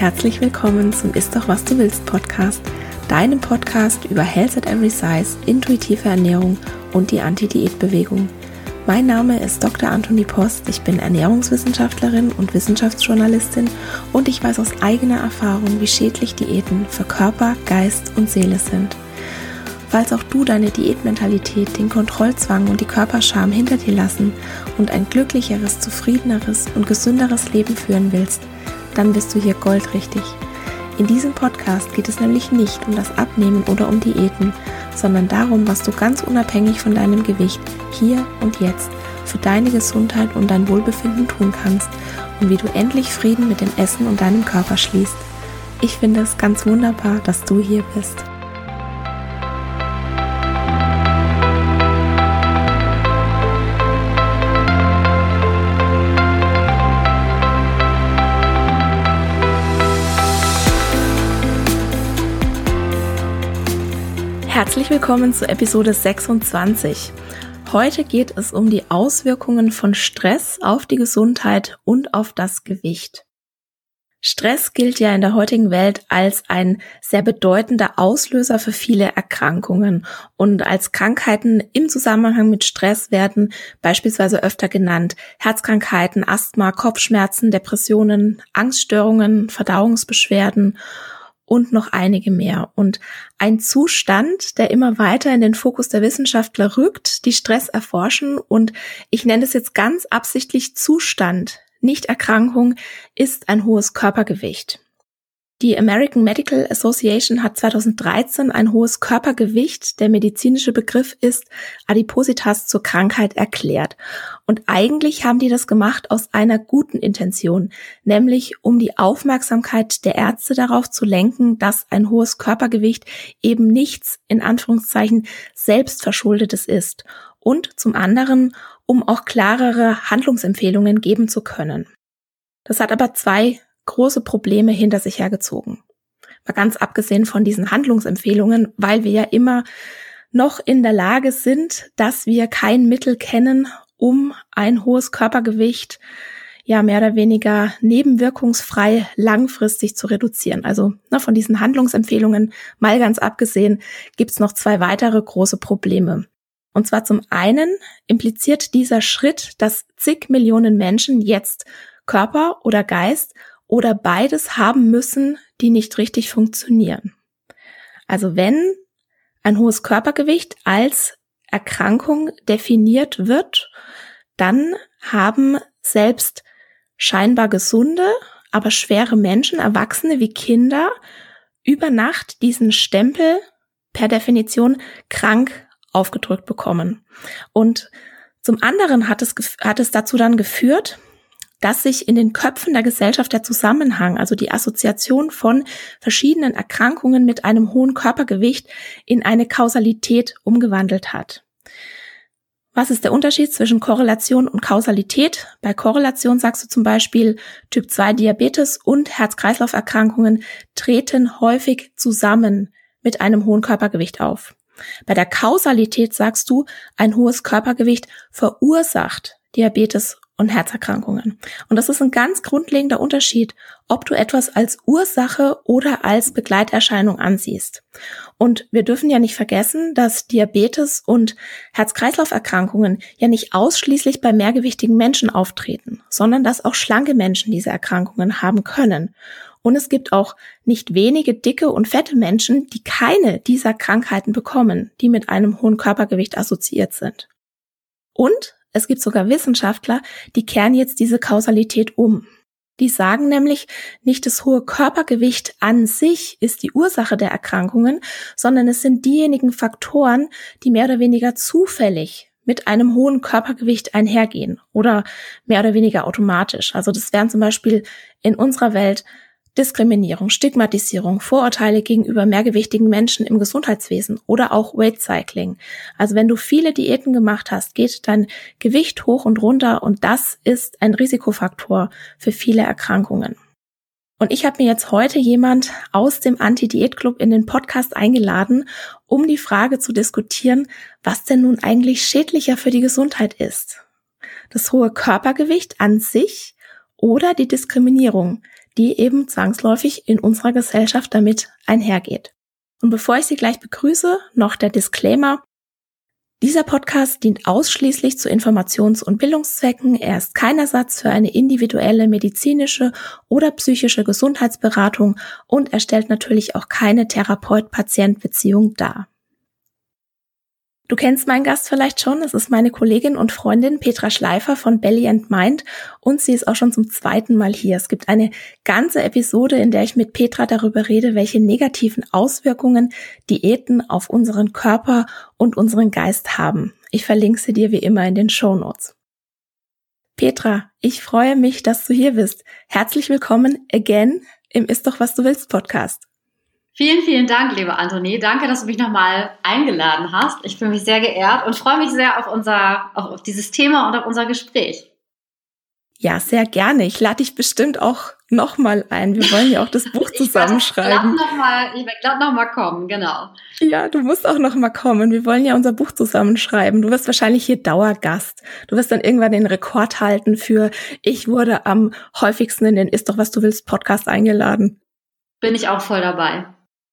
herzlich willkommen zum Ist doch was du willst Podcast, deinem Podcast über Health at Every Size, intuitive Ernährung und die Anti-Diät-Bewegung. Mein Name ist Dr. Antonie Post, ich bin Ernährungswissenschaftlerin und Wissenschaftsjournalistin und ich weiß aus eigener Erfahrung, wie schädlich Diäten für Körper, Geist und Seele sind. Falls auch du deine Diätmentalität, den Kontrollzwang und die Körperscham hinter dir lassen und ein glücklicheres, zufriedeneres und gesünderes Leben führen willst, dann bist du hier goldrichtig. In diesem Podcast geht es nämlich nicht um das Abnehmen oder um Diäten, sondern darum, was du ganz unabhängig von deinem Gewicht hier und jetzt für deine Gesundheit und dein Wohlbefinden tun kannst und wie du endlich Frieden mit dem Essen und deinem Körper schließt. Ich finde es ganz wunderbar, dass du hier bist. Herzlich willkommen zu Episode 26. Heute geht es um die Auswirkungen von Stress auf die Gesundheit und auf das Gewicht. Stress gilt ja in der heutigen Welt als ein sehr bedeutender Auslöser für viele Erkrankungen und als Krankheiten im Zusammenhang mit Stress werden beispielsweise öfter genannt Herzkrankheiten, Asthma, Kopfschmerzen, Depressionen, Angststörungen, Verdauungsbeschwerden und noch einige mehr. Und ein Zustand, der immer weiter in den Fokus der Wissenschaftler rückt, die Stress erforschen, und ich nenne es jetzt ganz absichtlich Zustand, nicht Erkrankung, ist ein hohes Körpergewicht. Die American Medical Association hat 2013 ein hohes Körpergewicht, der medizinische Begriff ist Adipositas, zur Krankheit erklärt. Und eigentlich haben die das gemacht aus einer guten Intention, nämlich um die Aufmerksamkeit der Ärzte darauf zu lenken, dass ein hohes Körpergewicht eben nichts, in Anführungszeichen, selbstverschuldetes ist. Und zum anderen, um auch klarere Handlungsempfehlungen geben zu können. Das hat aber zwei große Probleme hinter sich hergezogen. Mal ganz abgesehen von diesen Handlungsempfehlungen, weil wir ja immer noch in der Lage sind, dass wir kein Mittel kennen, um ein hohes Körpergewicht ja mehr oder weniger nebenwirkungsfrei langfristig zu reduzieren. Also von diesen Handlungsempfehlungen mal ganz abgesehen, gibt's noch zwei weitere große Probleme. Und zwar zum einen impliziert dieser Schritt, dass zig Millionen Menschen jetzt Körper oder Geist oder beides haben müssen, die nicht richtig funktionieren. Also wenn ein hohes Körpergewicht als Erkrankung definiert wird, dann haben selbst scheinbar gesunde, aber schwere Menschen, Erwachsene wie Kinder, über Nacht diesen Stempel per Definition krank aufgedrückt bekommen. Und zum anderen hat es dazu dann geführt, dass sich in den Köpfen der Gesellschaft der Zusammenhang, also die Assoziation von verschiedenen Erkrankungen mit einem hohen Körpergewicht, in eine Kausalität umgewandelt hat. Was ist der Unterschied zwischen Korrelation und Kausalität? Bei Korrelation sagst du zum Beispiel, Typ-2-Diabetes und Herz-Kreislauf-Erkrankungen treten häufig zusammen mit einem hohen Körpergewicht auf. Bei der Kausalität sagst du, ein hohes Körpergewicht verursacht Diabetes und Herzerkrankungen. Und das ist ein ganz grundlegender Unterschied, ob du etwas als Ursache oder als Begleiterscheinung ansiehst. Und wir dürfen ja nicht vergessen, dass Diabetes und Herz-Kreislauf-Erkrankungen ja nicht ausschließlich bei mehrgewichtigen Menschen auftreten, sondern dass auch schlanke Menschen diese Erkrankungen haben können. Und es gibt auch nicht wenige dicke und fette Menschen, die keine dieser Krankheiten bekommen, die mit einem hohen Körpergewicht assoziiert sind. Und es gibt sogar Wissenschaftler, die kehren jetzt diese Kausalität um. Die sagen nämlich, nicht das hohe Körpergewicht an sich ist die Ursache der Erkrankungen, sondern es sind diejenigen Faktoren, die mehr oder weniger zufällig mit einem hohen Körpergewicht einhergehen oder mehr oder weniger automatisch. Also das wären zum Beispiel in unserer Welt Diskriminierung, Stigmatisierung, Vorurteile gegenüber mehrgewichtigen Menschen im Gesundheitswesen oder auch Weight Cycling. Also wenn du viele Diäten gemacht hast, geht dein Gewicht hoch und runter und das ist ein Risikofaktor für viele Erkrankungen. Und ich habe mir jetzt heute jemand aus dem Anti-Diät-Club in den Podcast eingeladen, um die Frage zu diskutieren, was denn nun eigentlich schädlicher für die Gesundheit ist. Das hohe Körpergewicht an sich oder die Diskriminierung, die eben zwangsläufig in unserer Gesellschaft damit einhergeht. Und bevor ich Sie gleich begrüße, noch der Disclaimer. Dieser Podcast dient ausschließlich zu Informations- und Bildungszwecken. Er ist kein Ersatz für eine individuelle medizinische oder psychische Gesundheitsberatung und er stellt natürlich auch keine Therapeut-Patient-Beziehung dar. Du kennst meinen Gast vielleicht schon, es ist meine Kollegin und Freundin Petra Schleifer von Belly and Mind und sie ist auch schon zum 2. Mal hier. Es gibt eine ganze Episode, in der ich mit Petra darüber rede, welche negativen Auswirkungen Diäten auf unseren Körper und unseren Geist haben. Ich verlinke sie dir wie immer in den Shownotes. Petra, ich freue mich, dass du hier bist. Herzlich willkommen again im Ist doch, was du willst Podcast. Vielen, vielen Dank, liebe Antonie. Danke, dass du mich nochmal eingeladen hast. Ich fühle mich sehr geehrt und freue mich sehr auf dieses Thema und auf unser Gespräch. Ja, sehr gerne. Ich lade dich bestimmt auch nochmal ein. Wir wollen ja auch das Buch zusammenschreiben. Ich werde glatt nochmal kommen, genau. Ja, du musst auch nochmal kommen. Wir wollen ja unser Buch zusammenschreiben. Du wirst wahrscheinlich hier Dauergast. Du wirst dann irgendwann den Rekord halten für ich wurde am häufigsten in den Ist doch, was du willst Podcast eingeladen. Bin ich auch voll dabei.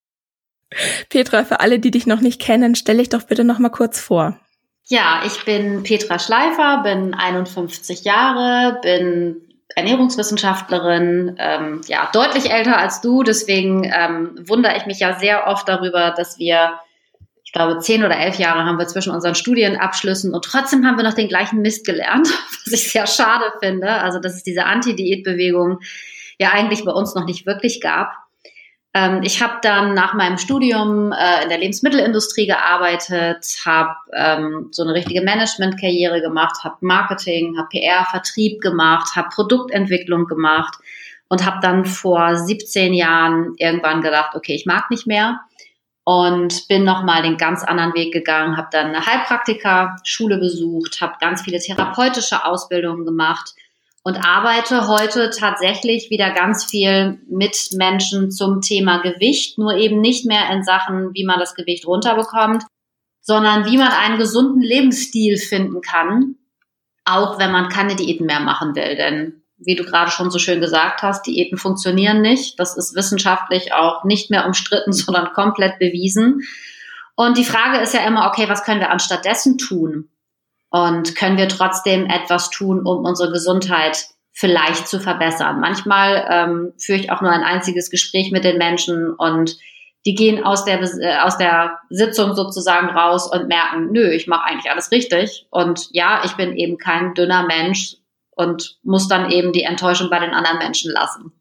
Petra, für alle, die dich noch nicht kennen, stell dich doch bitte noch mal kurz vor. Ja, ich bin Petra Schleifer, bin 51 Jahre, bin Ernährungswissenschaftlerin, deutlich älter als du, deswegen wundere ich mich ja sehr oft darüber, dass wir, ich glaube 10 oder 11 Jahre haben wir zwischen unseren Studienabschlüssen und trotzdem haben wir noch den gleichen Mist gelernt, was ich sehr schade finde, also dass es diese Anti-Diät-Bewegung ja eigentlich bei uns noch nicht wirklich gab. Ich habe dann nach meinem Studium in der Lebensmittelindustrie gearbeitet, habe so eine richtige Managementkarriere gemacht, habe Marketing, habe PR, Vertrieb gemacht, habe Produktentwicklung gemacht und habe dann vor 17 Jahren irgendwann gedacht, okay, ich mag nicht mehr und bin nochmal den ganz anderen Weg gegangen, habe dann eine Heilpraktiker-Schule besucht, habe ganz viele therapeutische Ausbildungen gemacht und arbeite heute tatsächlich wieder ganz viel mit Menschen zum Thema Gewicht, nur eben nicht mehr in Sachen, wie man das Gewicht runterbekommt, sondern wie man einen gesunden Lebensstil finden kann, auch wenn man keine Diäten mehr machen will. Denn wie du gerade schon so schön gesagt hast, Diäten funktionieren nicht. Das ist wissenschaftlich auch nicht mehr umstritten, sondern komplett bewiesen. Und die Frage ist ja immer, okay, was können wir anstattdessen tun? Und können wir trotzdem etwas tun, um unsere Gesundheit vielleicht zu verbessern? Manchmal führe ich auch nur ein einziges Gespräch mit den Menschen und die gehen aus der Sitzung sozusagen raus und merken, nö, ich mache eigentlich alles richtig. Und ja, ich bin eben kein dünner Mensch und muss dann eben die Enttäuschung bei den anderen Menschen lassen.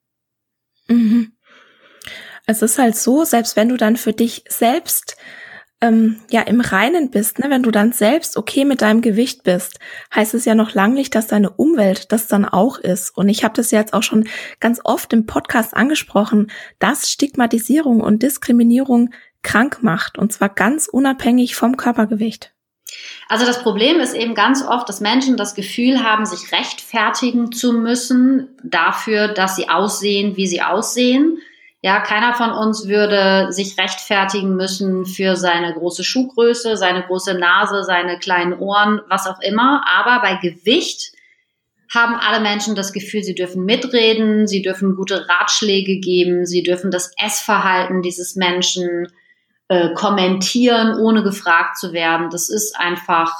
Mhm. Es ist halt so, selbst wenn du dann für dich selbst im Reinen bist, ne, wenn du dann selbst okay mit deinem Gewicht bist, heißt es ja noch lange nicht, dass deine Umwelt das dann auch ist. Und ich habe das ja jetzt auch schon ganz oft im Podcast angesprochen, dass Stigmatisierung und Diskriminierung krank macht und zwar ganz unabhängig vom Körpergewicht. Also das Problem ist eben ganz oft, dass Menschen das Gefühl haben, sich rechtfertigen zu müssen dafür, dass sie aussehen, wie sie aussehen. Ja, keiner von uns würde sich rechtfertigen müssen für seine große Schuhgröße, seine große Nase, seine kleinen Ohren, was auch immer. Aber bei Gewicht haben alle Menschen das Gefühl, sie dürfen mitreden, sie dürfen gute Ratschläge geben, sie dürfen das Essverhalten dieses Menschen kommentieren, ohne gefragt zu werden. Das ist einfach,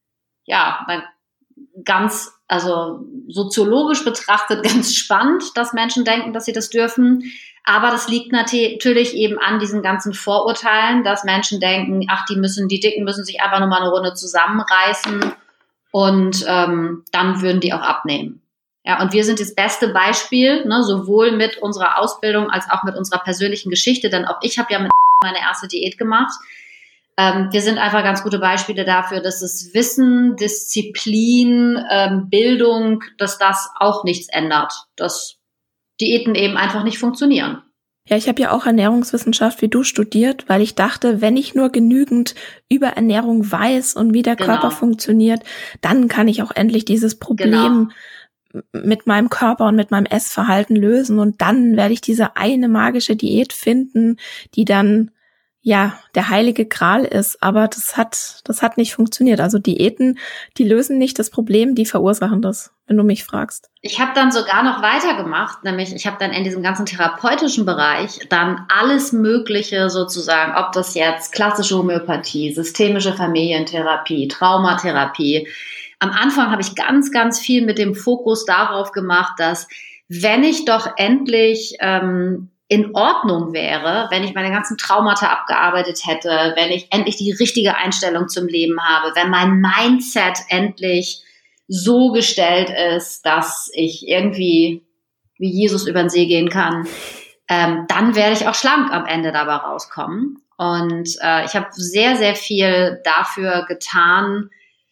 soziologisch betrachtet ganz spannend, dass Menschen denken, dass sie das dürfen. Aber das liegt natürlich eben an diesen ganzen Vorurteilen, dass Menschen denken, die Dicken müssen sich einfach nur mal eine Runde zusammenreißen und dann würden die auch abnehmen. Ja, und wir sind das beste Beispiel, ne, sowohl mit unserer Ausbildung als auch mit unserer persönlichen Geschichte, denn auch ich habe ja mit meine erste Diät gemacht. Wir sind einfach ganz gute Beispiele dafür, dass es Wissen, Disziplin, Bildung, dass das auch nichts ändert, dass Diäten eben einfach nicht funktionieren. Ja, ich habe ja auch Ernährungswissenschaft wie du studiert, weil ich dachte, wenn ich nur genügend über Ernährung weiß und wie der Körper funktioniert, dann kann ich auch endlich dieses Problem mit meinem Körper und mit meinem Essverhalten lösen und dann werde ich diese eine magische Diät finden, die dann ja, der heilige Gral ist, aber das hat nicht funktioniert. Also Diäten, die lösen nicht das Problem, die verursachen das, wenn du mich fragst. Ich habe dann sogar noch weitergemacht, nämlich ich habe dann in diesem ganzen therapeutischen Bereich dann alles Mögliche sozusagen, ob das jetzt klassische Homöopathie, systemische Familientherapie, Traumatherapie. Am Anfang habe ich ganz, ganz viel mit dem Fokus darauf gemacht, dass wenn ich doch endlich in Ordnung wäre, wenn ich meine ganzen Traumata abgearbeitet hätte, wenn ich endlich die richtige Einstellung zum Leben habe, wenn mein Mindset endlich so gestellt ist, dass ich irgendwie wie Jesus über den See gehen kann, dann werde ich auch schlank am Ende dabei rauskommen. Und ich habe sehr, sehr viel dafür getan,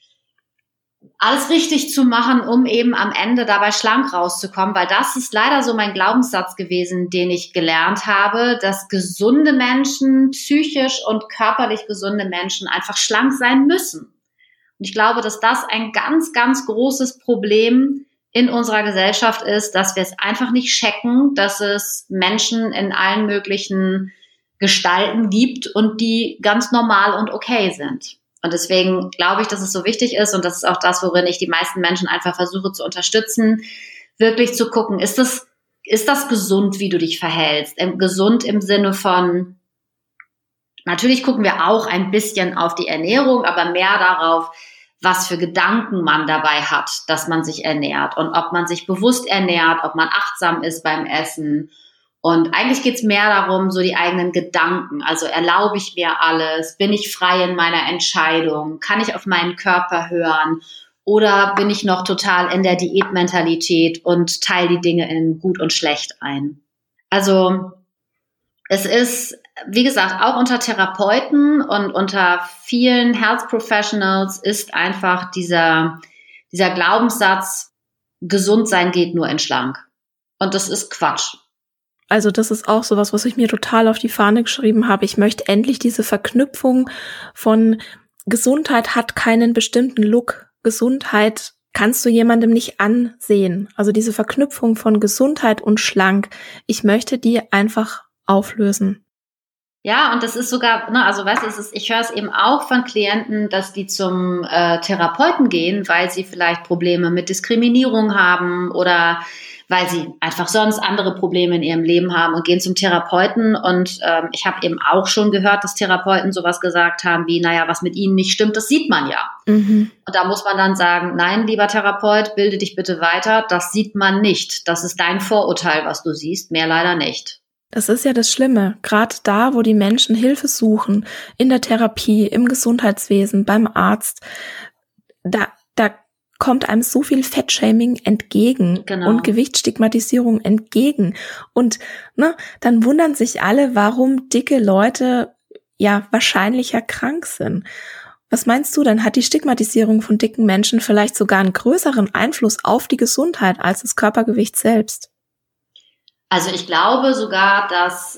alles richtig zu machen, um eben am Ende dabei schlank rauszukommen, weil das ist leider so mein Glaubenssatz gewesen, den ich gelernt habe, dass gesunde Menschen, psychisch und körperlich gesunde Menschen einfach schlank sein müssen. Und ich glaube, dass das ein ganz, ganz großes Problem in unserer Gesellschaft ist, dass wir es einfach nicht checken, dass es Menschen in allen möglichen Gestalten gibt und die ganz normal und okay sind. Und deswegen glaube ich, dass es so wichtig ist, und das ist auch das, worin ich die meisten Menschen einfach versuche zu unterstützen, wirklich zu gucken, ist das gesund, wie du dich verhältst? Gesund im Sinne von, natürlich gucken wir auch ein bisschen auf die Ernährung, aber mehr darauf, was für Gedanken man dabei hat, dass man sich ernährt und ob man sich bewusst ernährt, ob man achtsam ist beim Essen. Und eigentlich geht's mehr darum, so die eigenen Gedanken. Also erlaube ich mir alles? Bin ich frei in meiner Entscheidung? Kann ich auf meinen Körper hören? Oder bin ich noch total in der Diätmentalität und teile die Dinge in gut und schlecht ein? Also es ist, wie gesagt, auch unter Therapeuten und unter vielen Health Professionals ist einfach dieser Glaubenssatz, gesund sein geht nur in schlank. Und das ist Quatsch. Also das ist auch sowas, was ich mir total auf die Fahne geschrieben habe. Ich möchte endlich diese Verknüpfung von Gesundheit hat keinen bestimmten Look. Gesundheit kannst du jemandem nicht ansehen. Also diese Verknüpfung von Gesundheit und schlank. Ich möchte die einfach auflösen. Ja, und das ist sogar, ne, also weißt du, ich höre es eben auch von Klienten, dass die zum Therapeuten gehen, weil sie vielleicht Probleme mit Diskriminierung haben oder weil sie einfach sonst andere Probleme in ihrem Leben haben und gehen zum Therapeuten. Und ich habe eben auch schon gehört, dass Therapeuten sowas gesagt haben wie, naja, was mit ihnen nicht stimmt, das sieht man ja. Mhm. Und da muss man dann sagen, nein, lieber Therapeut, bilde dich bitte weiter, das sieht man nicht. Das ist dein Vorurteil, was du siehst, mehr leider nicht. Das ist ja das Schlimme, gerade da, wo die Menschen Hilfe suchen, in der Therapie, im Gesundheitswesen, beim Arzt, da kommt einem so viel Fettshaming entgegen und Gewichtsstigmatisierung entgegen. Und dann wundern sich alle, warum dicke Leute ja wahrscheinlicher krank sind. Was meinst du denn? Hat die Stigmatisierung von dicken Menschen vielleicht sogar einen größeren Einfluss auf die Gesundheit als das Körpergewicht selbst? Also ich glaube sogar, dass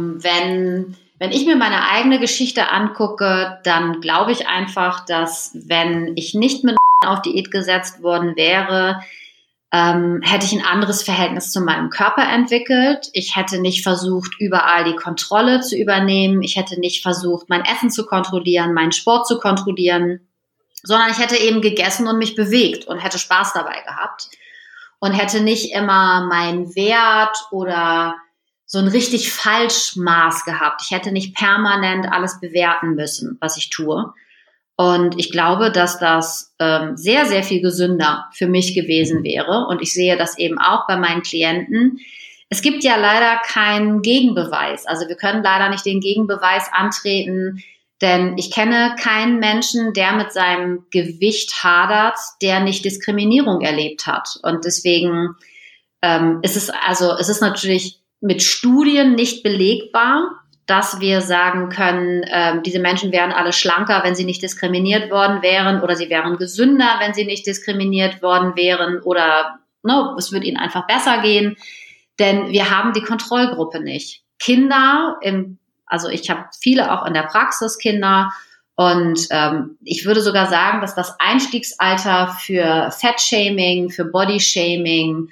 wenn ich mir meine eigene Geschichte angucke, dann glaube ich einfach, dass wenn ich nicht mit auf Diät gesetzt worden wäre, hätte ich ein anderes Verhältnis zu meinem Körper entwickelt. Ich hätte nicht versucht, überall die Kontrolle zu übernehmen. Ich hätte nicht versucht, mein Essen zu kontrollieren, meinen Sport zu kontrollieren, sondern ich hätte eben gegessen und mich bewegt und hätte Spaß dabei gehabt und hätte nicht immer meinen Wert oder so ein richtig Falschmaß gehabt. Ich hätte nicht permanent alles bewerten müssen, was ich tue. Und ich glaube, dass das sehr, sehr viel gesünder für mich gewesen wäre. Und ich sehe das eben auch bei meinen Klienten. Es gibt ja leider keinen Gegenbeweis. Also wir können leider nicht den Gegenbeweis antreten, denn ich kenne keinen Menschen, der mit seinem Gewicht hadert, der nicht Diskriminierung erlebt hat. Und deswegen ist es natürlich mit Studien nicht belegbar, dass wir sagen können, diese Menschen wären alle schlanker, wenn sie nicht diskriminiert worden wären, oder sie wären gesünder, wenn sie nicht diskriminiert worden wären, oder es würde ihnen einfach besser gehen, denn wir haben die Kontrollgruppe nicht. Kinder, also ich habe viele auch in der Praxis Kinder, und ich würde sogar sagen, dass das Einstiegsalter für Fettshaming, für Bodyshaming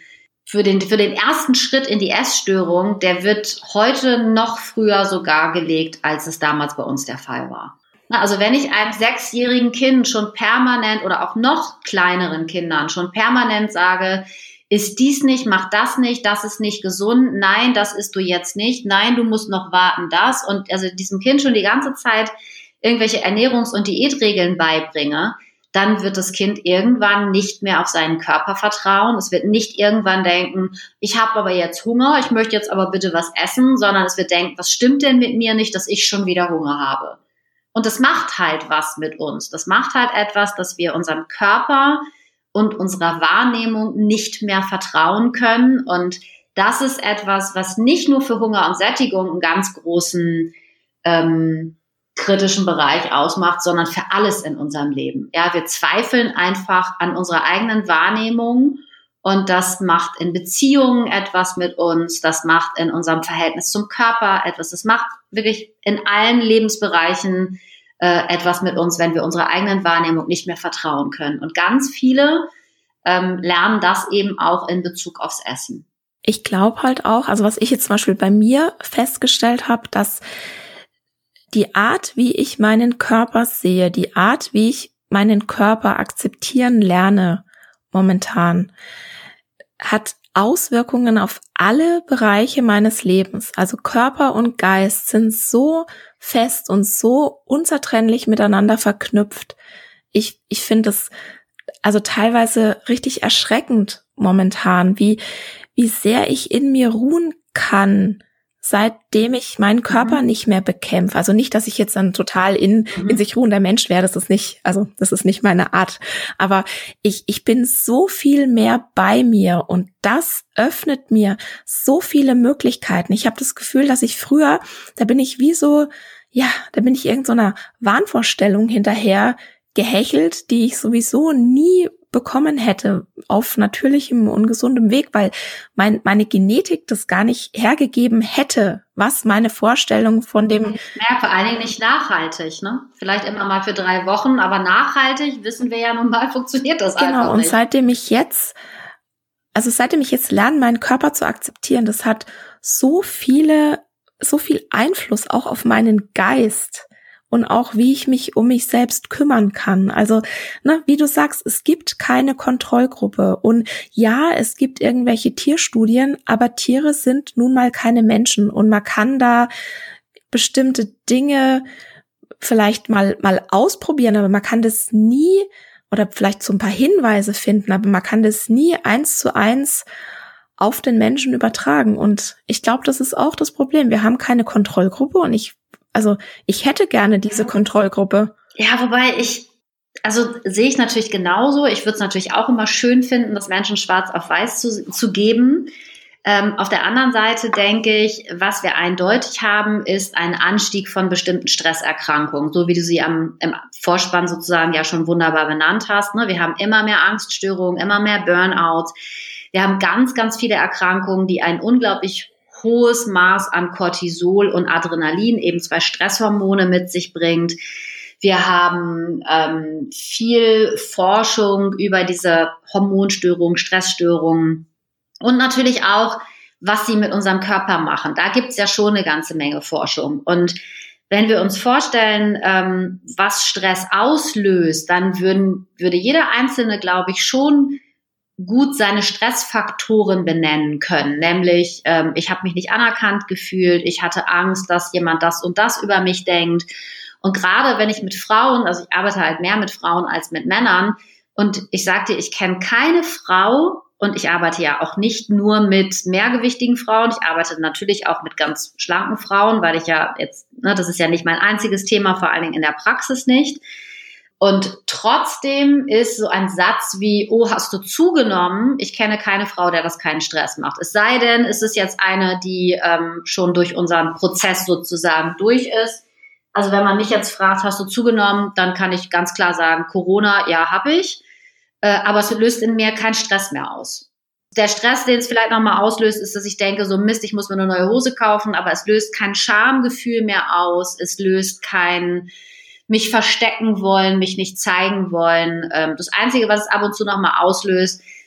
für den ersten Schritt in die Essstörung, der wird heute noch früher sogar gelegt, als es damals bei uns der Fall war. Also wenn ich einem 6-jährigen Kind schon permanent oder auch noch kleineren Kindern schon permanent sage, isst dies nicht, mach das nicht, das ist nicht gesund, nein, das isst du jetzt nicht, nein, du musst noch warten, das, und also diesem Kind schon die ganze Zeit irgendwelche Ernährungs- und Diätregeln beibringe, dann wird das Kind irgendwann nicht mehr auf seinen Körper vertrauen. Es wird nicht irgendwann denken, ich habe aber jetzt Hunger, ich möchte jetzt aber bitte was essen, sondern es wird denken, was stimmt denn mit mir nicht, dass ich schon wieder Hunger habe? Und das macht halt was mit uns. Das macht halt etwas, dass wir unserem Körper und unserer Wahrnehmung nicht mehr vertrauen können. Und das ist etwas, was nicht nur für Hunger und Sättigung einen ganz großen kritischen Bereich ausmacht, sondern für alles in unserem Leben. Ja, wir zweifeln einfach an unserer eigenen Wahrnehmung und das macht in Beziehungen etwas mit uns, das macht in unserem Verhältnis zum Körper etwas, das macht wirklich in allen Lebensbereichen etwas mit uns, wenn wir unserer eigenen Wahrnehmung nicht mehr vertrauen können. Und ganz viele lernen das eben auch in Bezug aufs Essen. Ich glaube halt auch, also was ich jetzt zum Beispiel bei mir festgestellt habe, dass die Art, wie ich meinen Körper sehe, die Art, wie ich meinen Körper akzeptieren lerne momentan, hat Auswirkungen auf alle Bereiche meines Lebens. Also Körper und Geist sind so fest und so unzertrennlich miteinander verknüpft. Ich finde es also teilweise richtig erschreckend momentan, wie sehr ich in mir ruhen kann, seitdem ich meinen Körper nicht mehr bekämpfe. Also nicht, dass ich jetzt dann total in sich ruhender Mensch wäre, das ist nicht meine Art. Aber ich bin so viel mehr bei mir und das öffnet mir so viele Möglichkeiten. Ich habe das Gefühl, dass ich früher, da bin ich irgendeiner Wahnvorstellung hinterher gehechelt, die ich sowieso nie bekommen hätte auf natürlichem und gesundem Weg, weil meine Genetik das gar nicht hergegeben hätte, was meine Vorstellung von dem... Ja, vor allen Dingen nicht nachhaltig, ne? Vielleicht immer mal für 3 Wochen, aber nachhaltig, wissen wir ja nun mal, funktioniert das einfach nicht. Genau, und seitdem ich jetzt lerne, meinen Körper zu akzeptieren, das hat so viel Einfluss auch auf meinen Geist. Und auch, wie ich mich um mich selbst kümmern kann. Also, wie du sagst, es gibt keine Kontrollgruppe. Und ja, es gibt irgendwelche Tierstudien, aber Tiere sind nun mal keine Menschen. Und man kann da bestimmte Dinge vielleicht mal ausprobieren, aber man kann das nie, oder vielleicht so ein paar Hinweise finden, aber man kann das nie 1:1 auf den Menschen übertragen. Und ich glaube, das ist auch das Problem. Wir haben keine Kontrollgruppe und ich hätte gerne diese Kontrollgruppe. Ja, wobei sehe ich natürlich genauso. Ich würde es natürlich auch immer schön finden, das Menschen schwarz auf weiß zu geben. Auf der anderen Seite denke ich, was wir eindeutig haben, ist ein Anstieg von bestimmten Stresserkrankungen, so wie du sie im Vorspann sozusagen ja schon wunderbar benannt hast. Ne? Wir haben immer mehr Angststörungen, immer mehr Burnouts. Wir haben ganz, ganz viele Erkrankungen, die ein unglaublich hohes Maß an Cortisol und Adrenalin, eben 2 Stresshormone mit sich bringt. Wir haben viel Forschung über diese Hormonstörungen, Stressstörungen und natürlich auch, was sie mit unserem Körper machen. Da gibt's ja schon eine ganze Menge Forschung. Und wenn wir uns vorstellen, was Stress auslöst, dann würde jeder Einzelne, glaube ich, schon gut seine Stressfaktoren benennen können, nämlich ich habe mich nicht anerkannt gefühlt, ich hatte Angst, dass jemand das und das über mich denkt. Und gerade wenn ich mit Frauen, also ich arbeite halt mehr mit Frauen als mit Männern, und ich sag dir, ich kenne keine Frau, und ich arbeite ja auch nicht nur mit mehrgewichtigen Frauen, ich arbeite natürlich auch mit ganz schlanken Frauen, weil ich ja jetzt, das ist ja nicht mein einziges Thema, vor allen Dingen in der Praxis nicht. Und trotzdem ist so ein Satz wie, oh, hast du zugenommen? Ich kenne keine Frau, der das keinen Stress macht. Es sei denn, es ist jetzt eine, die schon durch unseren Prozess sozusagen durch ist. Also wenn man mich jetzt fragt, hast du zugenommen, dann kann ich ganz klar sagen, Corona, ja, habe ich. Aber es löst in mir keinen Stress mehr aus. Der Stress, den es vielleicht nochmal auslöst, ist, dass ich denke, so Mist, ich muss mir eine neue Hose kaufen, aber es löst kein Schamgefühl mehr aus. Es löst kein mich verstecken wollen, mich nicht zeigen wollen. Das Einzige, was es ab und zu nochmal auslöst,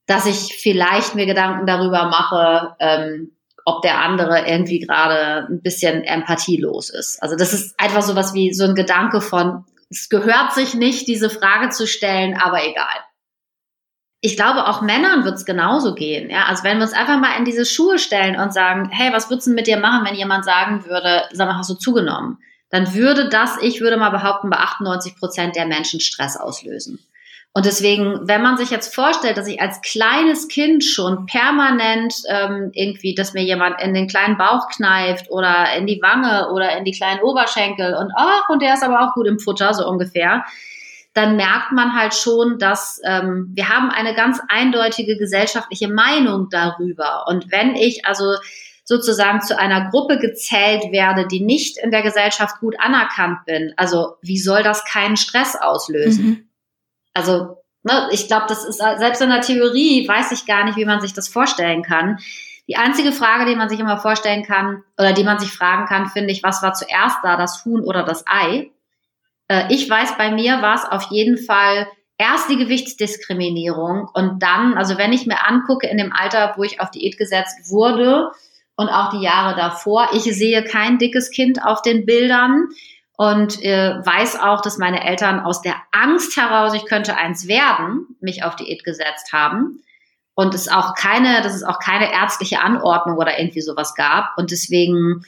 dass ich vielleicht mir Gedanken darüber mache, ob der andere irgendwie gerade ein bisschen empathielos ist. Also das ist einfach sowas wie so ein Gedanke von, es gehört sich nicht, diese Frage zu stellen, aber egal. Ich glaube, auch Männern wird es genauso gehen. Ja? Also wenn wir uns einfach mal in diese Schuhe stellen und sagen, hey, was würdest du mit dir machen, wenn jemand sagen würde, sag mal, hast du zugenommen? Dann würde das, ich würde mal behaupten, bei 98% der Menschen Stress auslösen. Und deswegen, wenn man sich jetzt vorstellt, dass ich als kleines Kind schon permanent irgendwie, dass mir jemand in den kleinen Bauch kneift oder in die Wange oder in die kleinen Oberschenkel und der ist aber auch gut im Futter, so ungefähr, dann merkt man halt schon, dass wir haben eine ganz eindeutige gesellschaftliche Meinung darüber. Und wenn ich also sozusagen zu einer Gruppe gezählt werde, die nicht in der Gesellschaft gut anerkannt bin, also wie soll das keinen Stress auslösen? Mhm. Also ich glaube, das ist selbst in der Theorie, weiß ich gar nicht, wie man sich das vorstellen kann. Die einzige Frage, die man sich immer vorstellen kann oder die man sich fragen kann, finde ich, was war zuerst da, das Huhn oder das Ei? Ich weiß, bei mir war es auf jeden Fall erst die Gewichtsdiskriminierung und dann, also wenn ich mir angucke in dem Alter, wo ich auf Diät gesetzt wurde und auch die Jahre davor, ich sehe kein dickes Kind auf den Bildern und weiß auch, dass meine Eltern aus der Angst heraus, ich könnte eins werden, mich auf Diät gesetzt haben und dass es auch keine ärztliche Anordnung oder irgendwie sowas gab und deswegen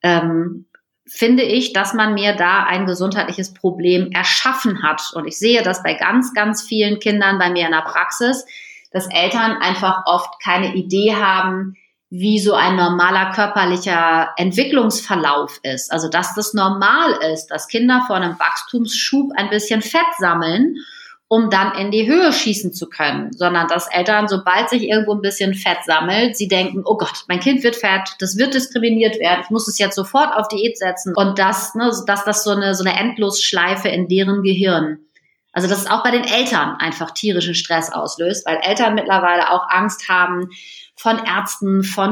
finde ich, dass man mir da ein gesundheitliches Problem erschaffen hat. Und ich sehe das bei ganz, ganz vielen Kindern bei mir in der Praxis, dass Eltern einfach oft keine Idee haben, wie so ein normaler körperlicher Entwicklungsverlauf ist. Also, dass das normal ist, dass Kinder vor einem Wachstumsschub ein bisschen Fett sammeln, um dann in die Höhe schießen zu können, sondern dass Eltern, sobald sich irgendwo ein bisschen Fett sammelt, sie denken, oh Gott, mein Kind wird fett, das wird diskriminiert werden, ich muss es jetzt sofort auf Diät setzen und dass das so eine Endlosschleife in deren Gehirn, also dass es auch bei den Eltern einfach tierischen Stress auslöst, weil Eltern mittlerweile auch Angst haben von Ärzten, von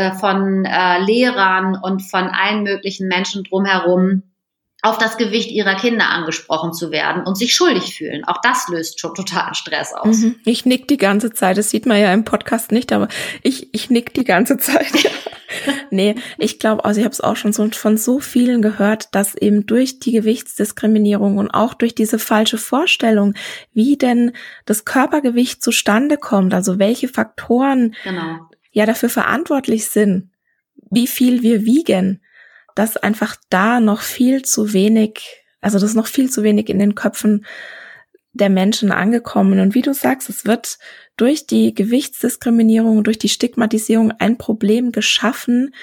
Lehrern und von allen möglichen Menschen drumherum, auf das Gewicht ihrer Kinder angesprochen zu werden und sich schuldig fühlen. Auch das löst schon totalen Stress aus. Ich nick die ganze Zeit. Das sieht man ja im Podcast nicht, aber ich nick die ganze Zeit. Nee, ich glaube, also ich habe es auch schon von so vielen gehört, dass eben durch die Gewichtsdiskriminierung und auch durch diese falsche Vorstellung, wie denn das Körpergewicht zustande kommt, also welche Faktoren ja dafür verantwortlich sind, wie viel wir wiegen, dass einfach da noch viel zu wenig, also das ist noch viel zu wenig in den Köpfen der Menschen angekommen. Und wie du sagst, es wird durch die Gewichtsdiskriminierung, durch die Stigmatisierung ein Problem geschaffen,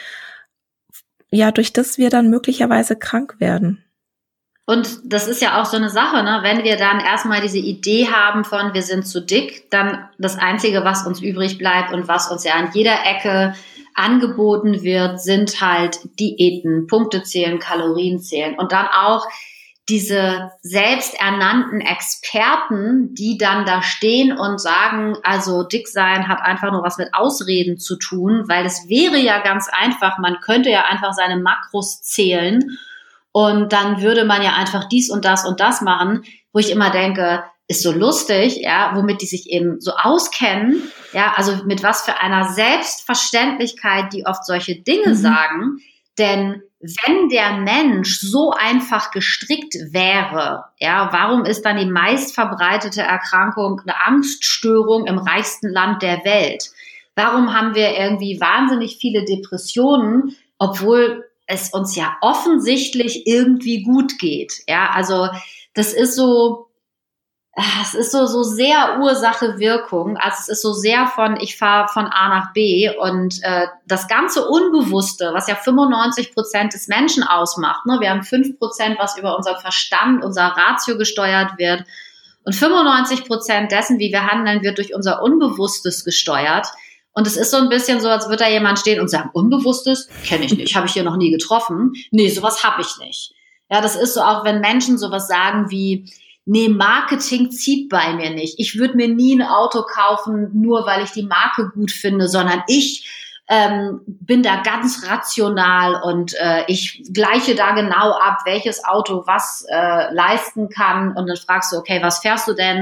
ja, durch das wir dann möglicherweise krank werden. Und das ist ja auch so eine Sache, ne? Wenn wir dann erstmal diese Idee haben von, wir sind zu dick, dann das Einzige, was uns übrig bleibt und was uns ja an jeder Ecke angeboten wird, sind halt Diäten, Punkte zählen, Kalorien zählen und dann auch diese selbsternannten Experten, die dann da stehen und sagen, also dick sein hat einfach nur was mit Ausreden zu tun, weil es wäre ja ganz einfach, man könnte ja einfach seine Makros zählen und dann würde man ja einfach dies und das machen, wo ich immer denke, ist so lustig, ja, womit die sich eben so auskennen, ja, also mit was für einer Selbstverständlichkeit die oft solche Dinge sagen, denn wenn der Mensch so einfach gestrickt wäre, ja, warum ist dann die meistverbreitete Erkrankung eine Angststörung im reichsten Land der Welt? Warum haben wir irgendwie wahnsinnig viele Depressionen, obwohl es uns ja offensichtlich irgendwie gut geht? Ja, also das ist so, es ist so sehr Ursache-Wirkung, also es ist so sehr von, ich fahre von A nach B und das ganze Unbewusste, was ja 95% des Menschen ausmacht, ne? Wir haben 5%, was über unseren Verstand, unser Ratio gesteuert wird und 95% dessen, wie wir handeln, wird durch unser Unbewusstes gesteuert. Und es ist so ein bisschen so, als würde da jemand stehen und sagen, Unbewusstes kenne ich nicht, habe ich hier noch nie getroffen. Nee, sowas habe ich nicht. Ja, das ist so auch, wenn Menschen sowas sagen wie, nee, Marketing zieht bei mir nicht. Ich würde mir nie ein Auto kaufen, nur weil ich die Marke gut finde, sondern ich bin da ganz rational und ich gleiche da genau ab, welches Auto was leisten kann. Und dann fragst du, okay, was fährst du denn?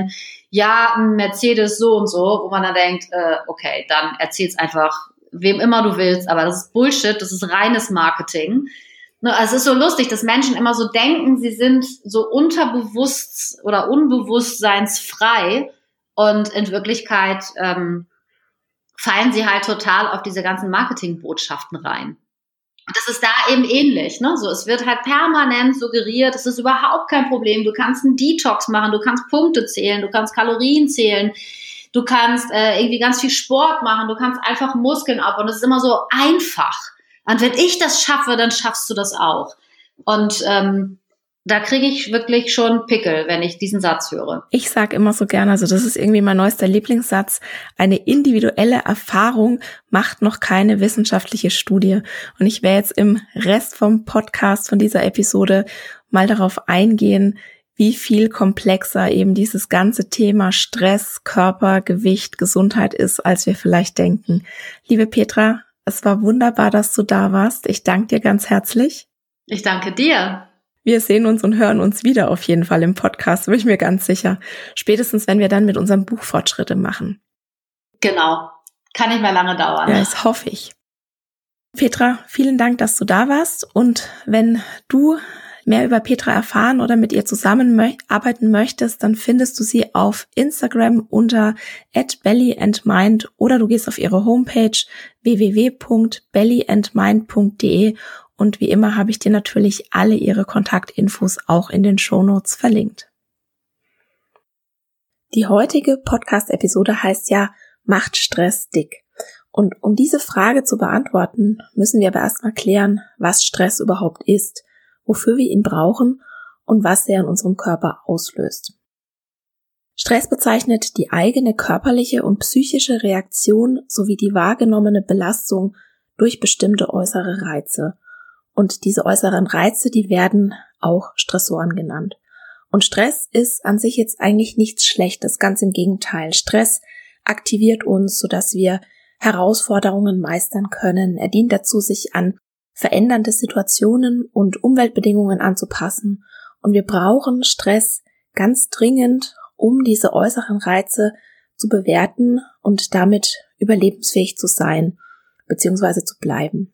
ja, ein Mercedes so und so, wo man dann denkt, okay, dann erzähl's einfach wem immer du willst, aber das ist Bullshit, das ist reines Marketing. Also es ist so lustig, dass Menschen immer so denken, sie sind so unterbewusst oder unbewusstseinsfrei und in Wirklichkeit fallen sie halt total auf diese ganzen Marketingbotschaften rein. Und das ist da eben ähnlich, ne? So, es wird halt permanent suggeriert, es ist überhaupt kein Problem. Du kannst einen Detox machen, du kannst Punkte zählen, du kannst Kalorien zählen, du kannst irgendwie ganz viel Sport machen, du kannst einfach Muskeln aufbauen. Das ist immer so einfach. Und wenn ich das schaffe, dann schaffst du das auch. Und da kriege ich wirklich schon Pickel, wenn ich diesen Satz höre. Ich sage immer so gerne, also das ist irgendwie mein neuester Lieblingssatz, eine individuelle Erfahrung macht noch keine wissenschaftliche Studie. Und ich werde jetzt im Rest vom Podcast, von dieser Episode, mal darauf eingehen, wie viel komplexer eben dieses ganze Thema Stress, Körper, Gewicht, Gesundheit ist, als wir vielleicht denken. Liebe Petra, es war wunderbar, dass du da warst. Ich danke dir ganz herzlich. Ich danke dir. Wir sehen uns und hören uns wieder auf jeden Fall im Podcast, bin ich mir ganz sicher. Spätestens, wenn wir dann mit unserem Buch Fortschritte machen. Genau. Kann nicht mehr lange dauern. Ja, das hoffe ich. Petra, vielen Dank, dass du da warst. Und wenn du mehr über Petra erfahren oder mit ihr zusammenarbeiten möchtest, dann findest du sie auf Instagram unter @bellyandmind oder du gehst auf ihre Homepage www.bellyandmind.de. Und wie immer habe ich dir natürlich alle ihre Kontaktinfos auch in den Shownotes verlinkt. Die heutige Podcast-Episode heißt ja, macht Stress dick? Und um diese Frage zu beantworten, müssen wir aber erstmal klären, was Stress überhaupt ist, wofür wir ihn brauchen und was er in unserem Körper auslöst. Stress bezeichnet die eigene körperliche und psychische Reaktion sowie die wahrgenommene Belastung durch bestimmte äußere Reize. Und diese äußeren Reize, die werden auch Stressoren genannt. Und Stress ist an sich jetzt eigentlich nichts Schlechtes, ganz im Gegenteil. Stress aktiviert uns, sodass wir Herausforderungen meistern können. Er dient dazu, sich an verändernde Situationen und Umweltbedingungen anzupassen. Und wir brauchen Stress ganz dringend, um diese äußeren Reize zu bewerten und damit überlebensfähig zu sein bzw. zu bleiben.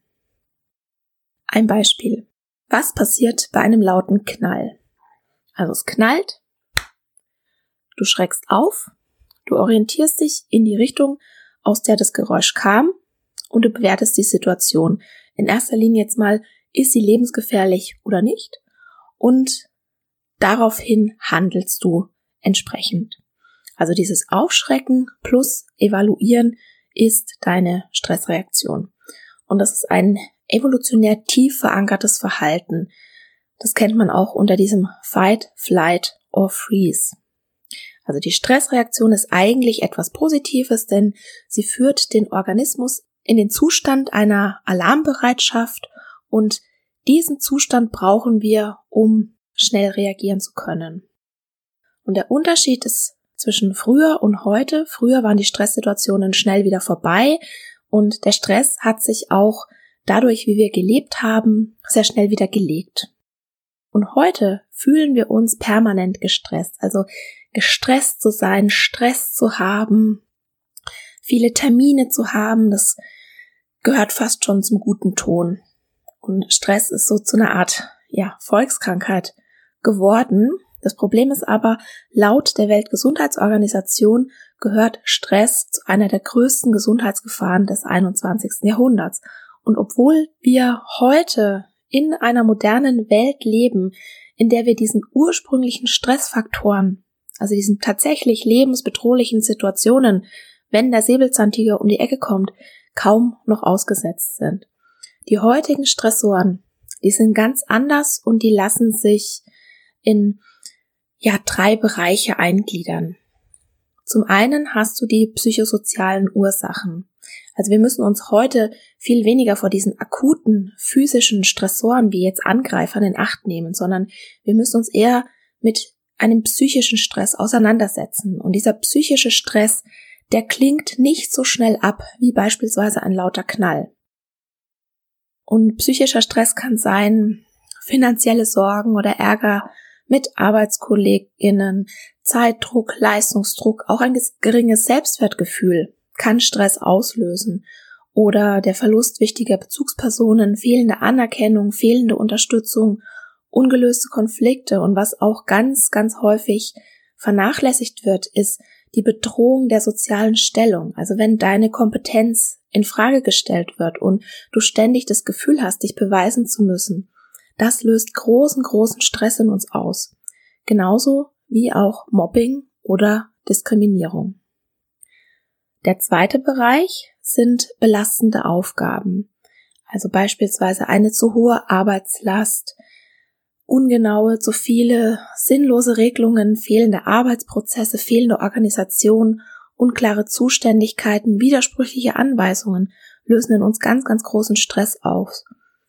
Ein Beispiel. Was passiert bei einem lauten Knall? Also es knallt, du schreckst auf, du orientierst dich in die Richtung, aus der das Geräusch kam und du bewertest die Situation. In erster Linie jetzt mal, ist sie lebensgefährlich oder nicht? Und daraufhin handelst du entsprechend. Also dieses Aufschrecken plus Evaluieren ist deine Stressreaktion. Und das ist ein evolutionär tief verankertes Verhalten. Das kennt man auch unter diesem Fight, Flight or Freeze. Also die Stressreaktion ist eigentlich etwas Positives, denn sie führt den Organismus in den Zustand einer Alarmbereitschaft und diesen Zustand brauchen wir, um schnell reagieren zu können. Und der Unterschied ist zwischen früher und heute. Früher waren die Stresssituationen schnell wieder vorbei und der Stress hat sich auch dadurch, wie wir gelebt haben, sehr schnell wieder gelegt. Und heute fühlen wir uns permanent gestresst. Also gestresst zu sein, Stress zu haben, viele Termine zu haben, das gehört fast schon zum guten Ton. Und Stress ist so zu einer Art, Volkskrankheit geworden. Das Problem ist aber, laut der Weltgesundheitsorganisation gehört Stress zu einer der größten Gesundheitsgefahren des 21. Jahrhunderts. Und obwohl wir heute in einer modernen Welt leben, in der wir diesen ursprünglichen Stressfaktoren, also diesen tatsächlich lebensbedrohlichen Situationen, wenn der Säbelzahntiger um die Ecke kommt, kaum noch ausgesetzt sind. Die heutigen Stressoren, die sind ganz anders und die lassen sich in 3 Bereiche eingliedern. Zum einen hast du die psychosozialen Ursachen. Also wir müssen uns heute viel weniger vor diesen akuten physischen Stressoren wie jetzt Angreifern in Acht nehmen, sondern wir müssen uns eher mit einem psychischen Stress auseinandersetzen. Und dieser psychische Stress, der klingt nicht so schnell ab wie beispielsweise ein lauter Knall. Und psychischer Stress kann sein finanzielle Sorgen oder Ärger mit ArbeitskollegInnen, Zeitdruck, Leistungsdruck, auch ein geringes Selbstwertgefühl kann Stress auslösen. Oder der Verlust wichtiger Bezugspersonen, fehlende Anerkennung, fehlende Unterstützung, ungelöste Konflikte und was auch ganz, ganz häufig vernachlässigt wird, ist die Bedrohung der sozialen Stellung. Also wenn deine Kompetenz in Frage gestellt wird und du ständig das Gefühl hast, dich beweisen zu müssen, das löst großen, großen Stress in uns aus. Genauso wie auch Mobbing oder Diskriminierung. Der zweite Bereich sind belastende Aufgaben, also beispielsweise eine zu hohe Arbeitslast, ungenaue, zu viele sinnlose Regelungen, fehlende Arbeitsprozesse, fehlende Organisation, unklare Zuständigkeiten, widersprüchliche Anweisungen lösen in uns ganz, ganz großen Stress aus.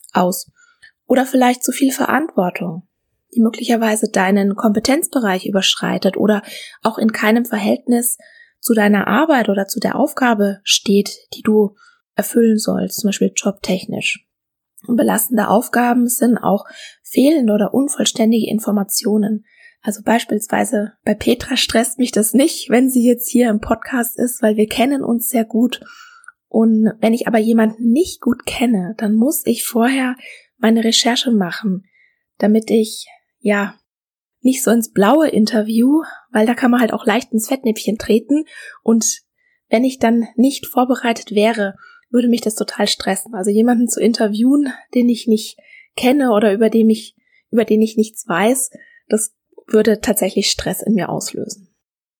Oder vielleicht zu viel Verantwortung, die möglicherweise deinen Kompetenzbereich überschreitet oder auch in keinem Verhältnis zu deiner Arbeit oder zu der Aufgabe steht, die du erfüllen sollst, zum Beispiel jobtechnisch. Und belastende Aufgaben sind auch fehlende oder unvollständige Informationen. Also beispielsweise bei Petra stresst mich das nicht, wenn sie jetzt hier im Podcast ist, weil wir kennen uns sehr gut. Und wenn ich aber jemanden nicht gut kenne, dann muss ich vorher meine Recherche machen, damit ich, nicht so ins blaue Interview, weil da kann man halt auch leicht ins Fettnäpfchen treten und wenn ich dann nicht vorbereitet wäre, würde mich das total stressen. Also jemanden zu interviewen, den ich nicht kenne oder über den ich nichts weiß, das würde tatsächlich Stress in mir auslösen.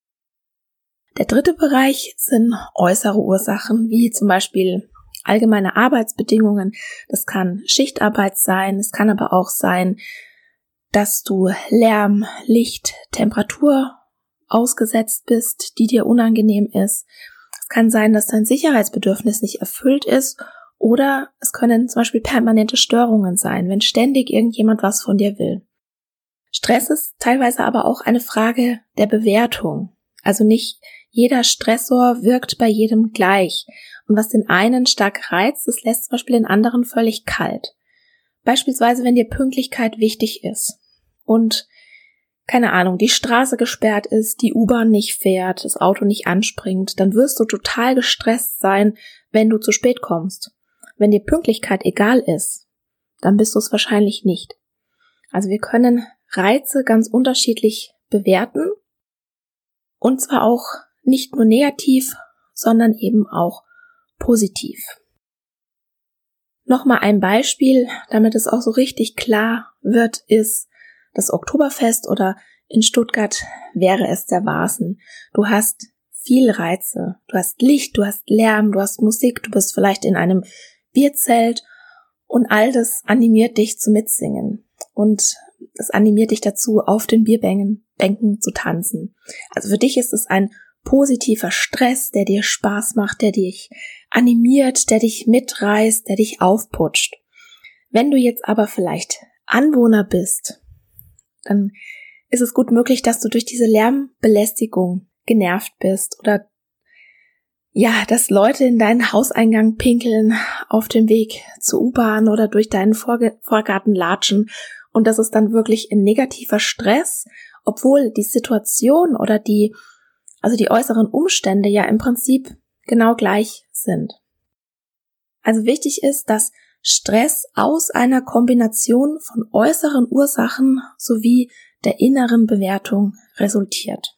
Der dritte Bereich sind äußere Ursachen, wie zum Beispiel allgemeine Arbeitsbedingungen. Das kann Schichtarbeit sein, es kann aber auch sein, dass du Lärm, Licht, Temperatur ausgesetzt bist, die dir unangenehm ist. Es kann sein, dass dein Sicherheitsbedürfnis nicht erfüllt ist oder es können zum Beispiel permanente Störungen sein, wenn ständig irgendjemand was von dir will. Stress ist teilweise aber auch eine Frage der Bewertung. Also nicht jeder Stressor wirkt bei jedem gleich. Und was den einen stark reizt, das lässt zum Beispiel den anderen völlig kalt. Beispielsweise, wenn dir Pünktlichkeit wichtig ist und, keine Ahnung, die Straße gesperrt ist, die U-Bahn nicht fährt, das Auto nicht anspringt, dann wirst du total gestresst sein, wenn du zu spät kommst. Wenn dir Pünktlichkeit egal ist, dann bist du es wahrscheinlich nicht. Also wir können Reize ganz unterschiedlich bewerten und zwar auch nicht nur negativ, sondern eben auch positiv. Nochmal ein Beispiel, damit es auch so richtig klar wird, ist das Oktoberfest oder in Stuttgart wäre es der Vasen. Du hast viel Reize, du hast Licht, du hast Lärm, du hast Musik, du bist vielleicht in einem Bierzelt und all das animiert dich zu mitsingen und es animiert dich dazu, auf den Bierbänken zu tanzen. Also für dich ist es ein positiver Stress, der dir Spaß macht, der dich animiert, der dich mitreißt, der dich aufputscht. Wenn du jetzt aber vielleicht Anwohner bist, dann ist es gut möglich, dass du durch diese Lärmbelästigung genervt bist oder dass Leute in deinen Hauseingang pinkeln, auf dem Weg zur U-Bahn oder durch deinen Vorgarten latschen und das ist dann wirklich ein negativer Stress, obwohl die Situation oder die äußeren Umstände ja im Prinzip genau gleich sind. Also wichtig ist, dass Stress aus einer Kombination von äußeren Ursachen sowie der inneren Bewertung resultiert.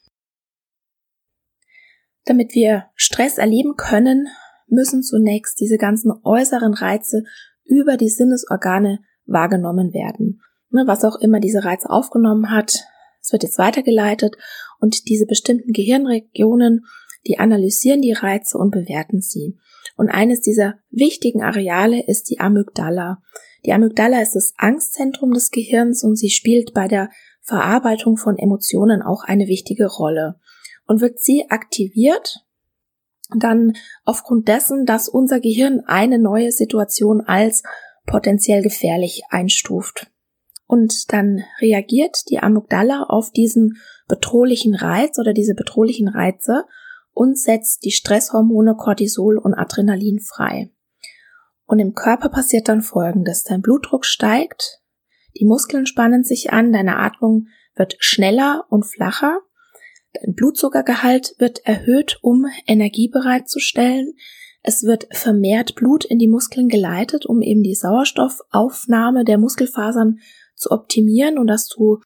Damit wir Stress erleben können, müssen zunächst diese ganzen äußeren Reize über die Sinnesorgane wahrgenommen werden. Was auch immer diese Reize aufgenommen hat, es wird jetzt weitergeleitet und diese bestimmten Gehirnregionen, die analysieren die Reize und bewerten sie. Und eines dieser wichtigen Areale ist die Amygdala. Die Amygdala ist das Angstzentrum des Gehirns und sie spielt bei der Verarbeitung von Emotionen auch eine wichtige Rolle. Und wird sie aktiviert, dann aufgrund dessen, dass unser Gehirn eine neue Situation als potenziell gefährlich einstuft. Und dann reagiert die Amygdala auf diesen bedrohlichen Reiz oder diese bedrohlichen Reize und setzt die Stresshormone Cortisol und Adrenalin frei. Und im Körper passiert dann Folgendes. Dein Blutdruck steigt, die Muskeln spannen sich an, deine Atmung wird schneller und flacher, Dein Blutzuckergehalt wird erhöht, um Energie bereitzustellen. Es wird vermehrt Blut in die Muskeln geleitet, um eben die Sauerstoffaufnahme der Muskelfasern zu optimieren und dass du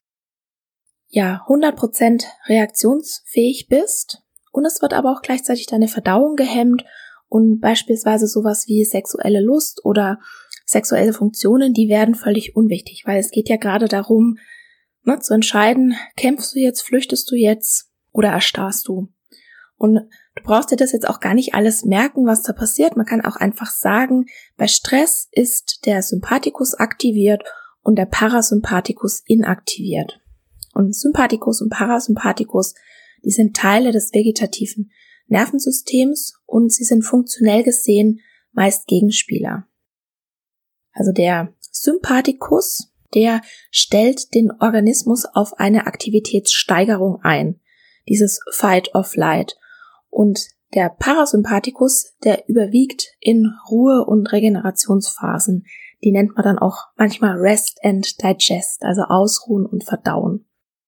100% reaktionsfähig bist. Und es wird aber auch gleichzeitig deine Verdauung gehemmt und beispielsweise sowas wie sexuelle Lust oder sexuelle Funktionen, die werden völlig unwichtig, weil es geht ja gerade darum, zu entscheiden, kämpfst du jetzt, flüchtest du jetzt oder erstarrst du. Und du brauchst dir das jetzt auch gar nicht alles merken, was da passiert. Man kann auch einfach sagen, bei Stress ist der Sympathikus aktiviert und der Parasympathikus inaktiviert. Und Sympathikus und Parasympathikus, die sind Teile des vegetativen Nervensystems und sie sind funktionell gesehen meist Gegenspieler. Also der Sympathikus, der stellt den Organismus auf eine Aktivitätssteigerung ein, dieses Fight or Flight. Und der Parasympathikus, der überwiegt in Ruhe- und Regenerationsphasen. Die nennt man dann auch manchmal Rest and Digest, also Ausruhen und Verdauen.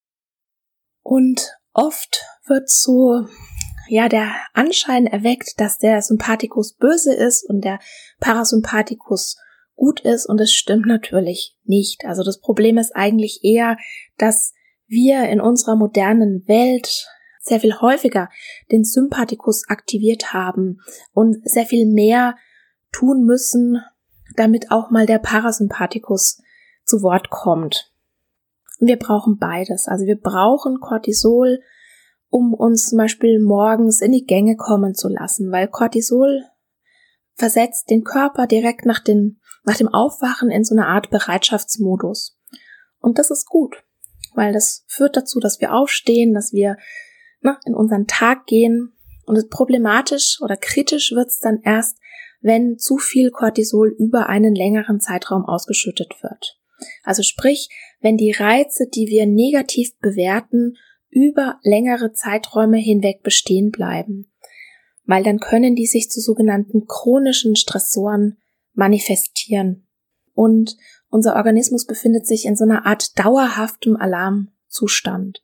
Und oft wird so der Anschein erweckt, dass der Sympathikus böse ist und der Parasympathikus gut ist, und es stimmt natürlich nicht. Also das Problem ist eigentlich eher, dass wir in unserer modernen Welt sehr viel häufiger den Sympathikus aktiviert haben und sehr viel mehr tun müssen, damit auch mal der Parasympathikus zu Wort kommt. Und wir brauchen beides. Also wir brauchen Cortisol, um uns zum Beispiel morgens in die Gänge kommen zu lassen, weil Cortisol versetzt den Körper direkt nach dem Aufwachen in so eine Art Bereitschaftsmodus. Und das ist gut, weil das führt dazu, dass wir aufstehen, dass wir in unseren Tag gehen. Und problematisch oder kritisch wird's dann erst, wenn zu viel Cortisol über einen längeren Zeitraum ausgeschüttet wird. Also sprich, wenn die Reize, die wir negativ bewerten, über längere Zeiträume hinweg bestehen bleiben. Weil dann können die sich zu sogenannten chronischen Stressoren manifestieren. Und unser Organismus befindet sich in so einer Art dauerhaftem Alarmzustand.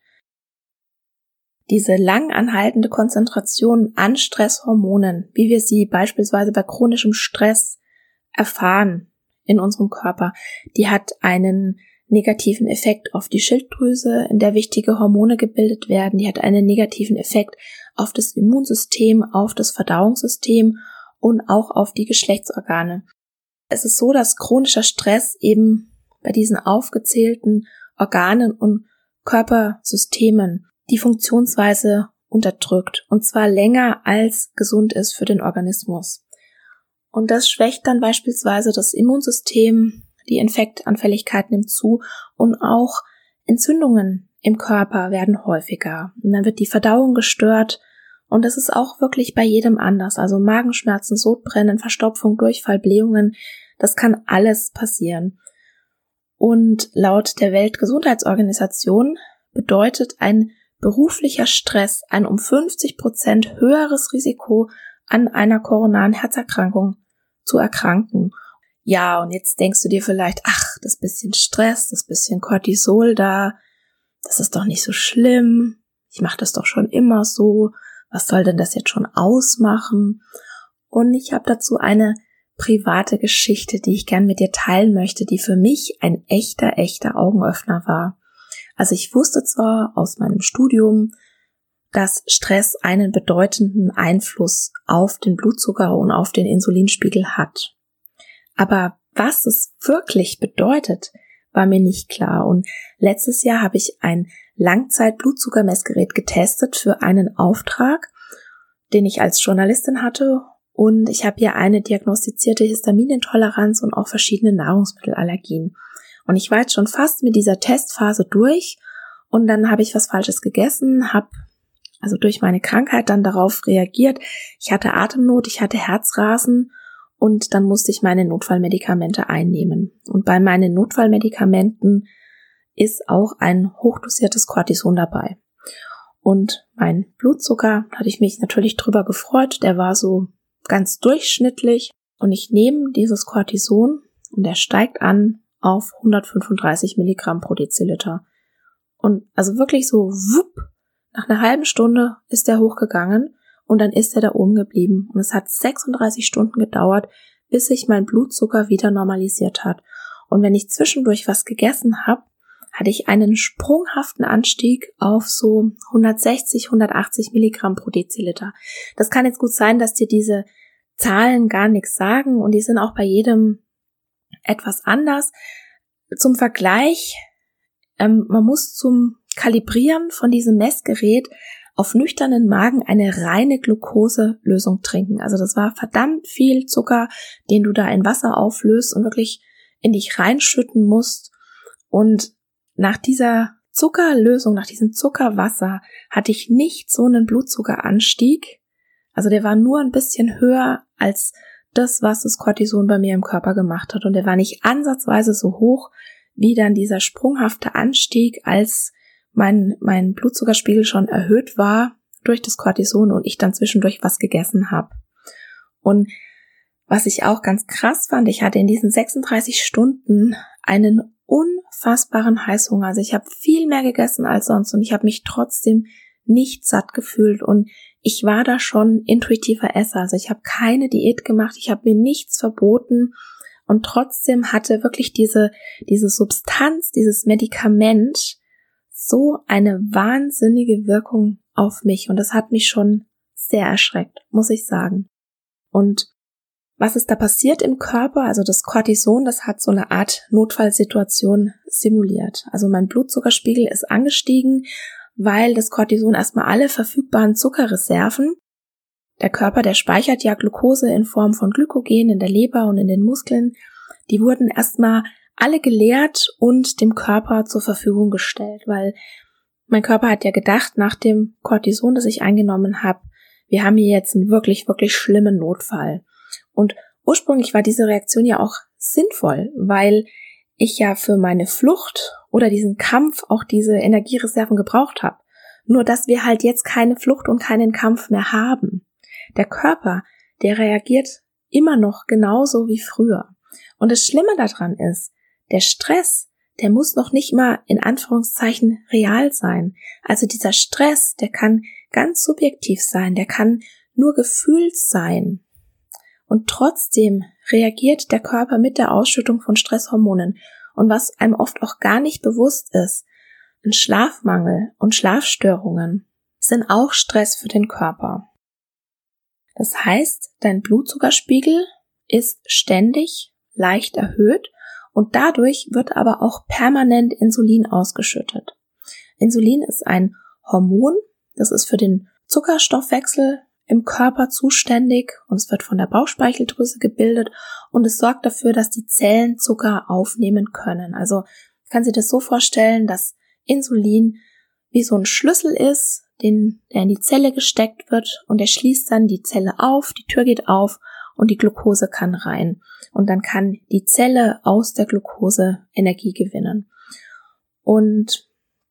Diese lang anhaltende Konzentration an Stresshormonen, wie wir sie beispielsweise bei chronischem Stress erfahren in unserem Körper, die hat einen negativen Effekt auf die Schilddrüse, in der wichtige Hormone gebildet werden. Die hat einen negativen Effekt auf das Immunsystem, auf das Verdauungssystem und auch auf die Geschlechtsorgane. Es ist so, dass chronischer Stress eben bei diesen aufgezählten Organen und Körpersystemen die Funktionsweise unterdrückt, und zwar länger als gesund ist für den Organismus. Und das schwächt dann beispielsweise das Immunsystem, die Infektanfälligkeit nimmt zu und auch Entzündungen im Körper werden häufiger. Und dann wird die Verdauung gestört und das ist auch wirklich bei jedem anders. Also Magenschmerzen, Sodbrennen, Verstopfung, Durchfall, Blähungen, das kann alles passieren. Und laut der Weltgesundheitsorganisation bedeutet ein beruflicher Stress ein um 50% höheres Risiko, an einer koronaren Herzerkrankung zu erkranken. Ja, und jetzt denkst du dir vielleicht, das bisschen Stress, das bisschen Cortisol da, das ist doch nicht so schlimm. Ich mache das doch schon immer so. Was soll denn das jetzt schon ausmachen? Und ich habe dazu eine private Geschichte, die ich gern mit dir teilen möchte, die für mich ein echter Augenöffner war. Also ich wusste zwar aus meinem Studium, dass Stress einen bedeutenden Einfluss auf den Blutzucker und auf den Insulinspiegel hat. Aber was es wirklich bedeutet, war mir nicht klar. Und letztes Jahr habe ich ein Langzeit-Blutzuckermessgerät getestet für einen Auftrag, den ich als Journalistin hatte. Und ich habe ja eine diagnostizierte Histaminintoleranz und auch verschiedene Nahrungsmittelallergien. Und ich war jetzt schon fast mit dieser Testphase durch. Und dann habe ich was Falsches gegessen, habe also durch meine Krankheit dann darauf reagiert. Ich hatte Atemnot, ich hatte Herzrasen und dann musste ich meine Notfallmedikamente einnehmen. Und bei meinen Notfallmedikamenten ist auch ein hochdosiertes Cortison dabei. Und mein Blutzucker, hatte ich mich natürlich drüber gefreut, der war so ganz durchschnittlich. Und ich nehme dieses Cortison und der steigt an auf 135 Milligramm pro Deziliter. Und also wirklich so wupp, Nach einer halben Stunde ist er hochgegangen und dann ist er da oben geblieben. Und es hat 36 Stunden gedauert, bis sich mein Blutzucker wieder normalisiert hat. Und wenn ich zwischendurch was gegessen habe, hatte ich einen sprunghaften Anstieg auf so 160, 180 Milligramm pro Deziliter. Das kann jetzt gut sein, dass dir diese Zahlen gar nichts sagen und die sind auch bei jedem etwas anders. Zum Vergleich, man muss zum Kalibrieren von diesem Messgerät auf nüchternen Magen eine reine Glukoselösung trinken. Also das war verdammt viel Zucker, den du da in Wasser auflöst und wirklich in dich reinschütten musst. Und nach dieser Zuckerlösung, nach diesem Zuckerwasser hatte ich nicht so einen Blutzuckeranstieg. Also der war nur ein bisschen höher als das, was das Cortison bei mir im Körper gemacht hat. Und der war nicht ansatzweise so hoch wie dann dieser sprunghafte Anstieg, als mein Blutzuckerspiegel schon erhöht war durch das Cortison und ich dann zwischendurch was gegessen habe. Und was ich auch ganz krass fand, ich hatte in diesen 36 Stunden einen unfassbaren Heißhunger. Also ich habe viel mehr gegessen als sonst und ich habe mich trotzdem nicht satt gefühlt und ich war da schon intuitiver Esser. Also ich habe keine Diät gemacht, ich habe mir nichts verboten und trotzdem hatte wirklich diese Substanz, dieses Medikament so eine wahnsinnige Wirkung auf mich und das hat mich schon sehr erschreckt, muss ich sagen. Und was ist da passiert im Körper? Also das Cortison, das hat so eine Art Notfallsituation simuliert. Also mein Blutzuckerspiegel ist angestiegen, weil das Cortison erstmal alle verfügbaren Zuckerreserven, der Körper, der speichert ja Glucose in Form von Glykogen in der Leber und in den Muskeln, die wurden erstmal alle geleert und dem Körper zur Verfügung gestellt, weil mein Körper hat ja gedacht, nach dem Cortison, das ich eingenommen habe, wir haben hier jetzt einen wirklich, wirklich schlimmen Notfall. Und ursprünglich war diese Reaktion ja auch sinnvoll, weil ich ja für meine Flucht oder diesen Kampf auch diese Energiereserven gebraucht habe. Nur dass wir halt jetzt keine Flucht und keinen Kampf mehr haben. Der Körper, der reagiert immer noch genauso wie früher. Und das Schlimme daran ist, der Stress, der muss noch nicht mal in Anführungszeichen real sein. Also dieser Stress, der kann ganz subjektiv sein, der kann nur gefühlt sein. Und trotzdem reagiert der Körper mit der Ausschüttung von Stresshormonen. Und was einem oft auch gar nicht bewusst ist, ein Schlafmangel und Schlafstörungen sind auch Stress für den Körper. Das heißt, dein Blutzuckerspiegel ist ständig leicht erhöht und dadurch wird aber auch permanent Insulin ausgeschüttet. Insulin ist ein Hormon, das ist für den Zuckerstoffwechsel im Körper zuständig und es wird von der Bauchspeicheldrüse gebildet und es sorgt dafür, dass die Zellen Zucker aufnehmen können. Also kann sich das so vorstellen, dass Insulin wie so ein Schlüssel ist, der in die Zelle gesteckt wird und der schließt dann die Zelle auf, die Tür geht auf und die Glucose kann rein. Und dann kann die Zelle aus der Glucose Energie gewinnen. Und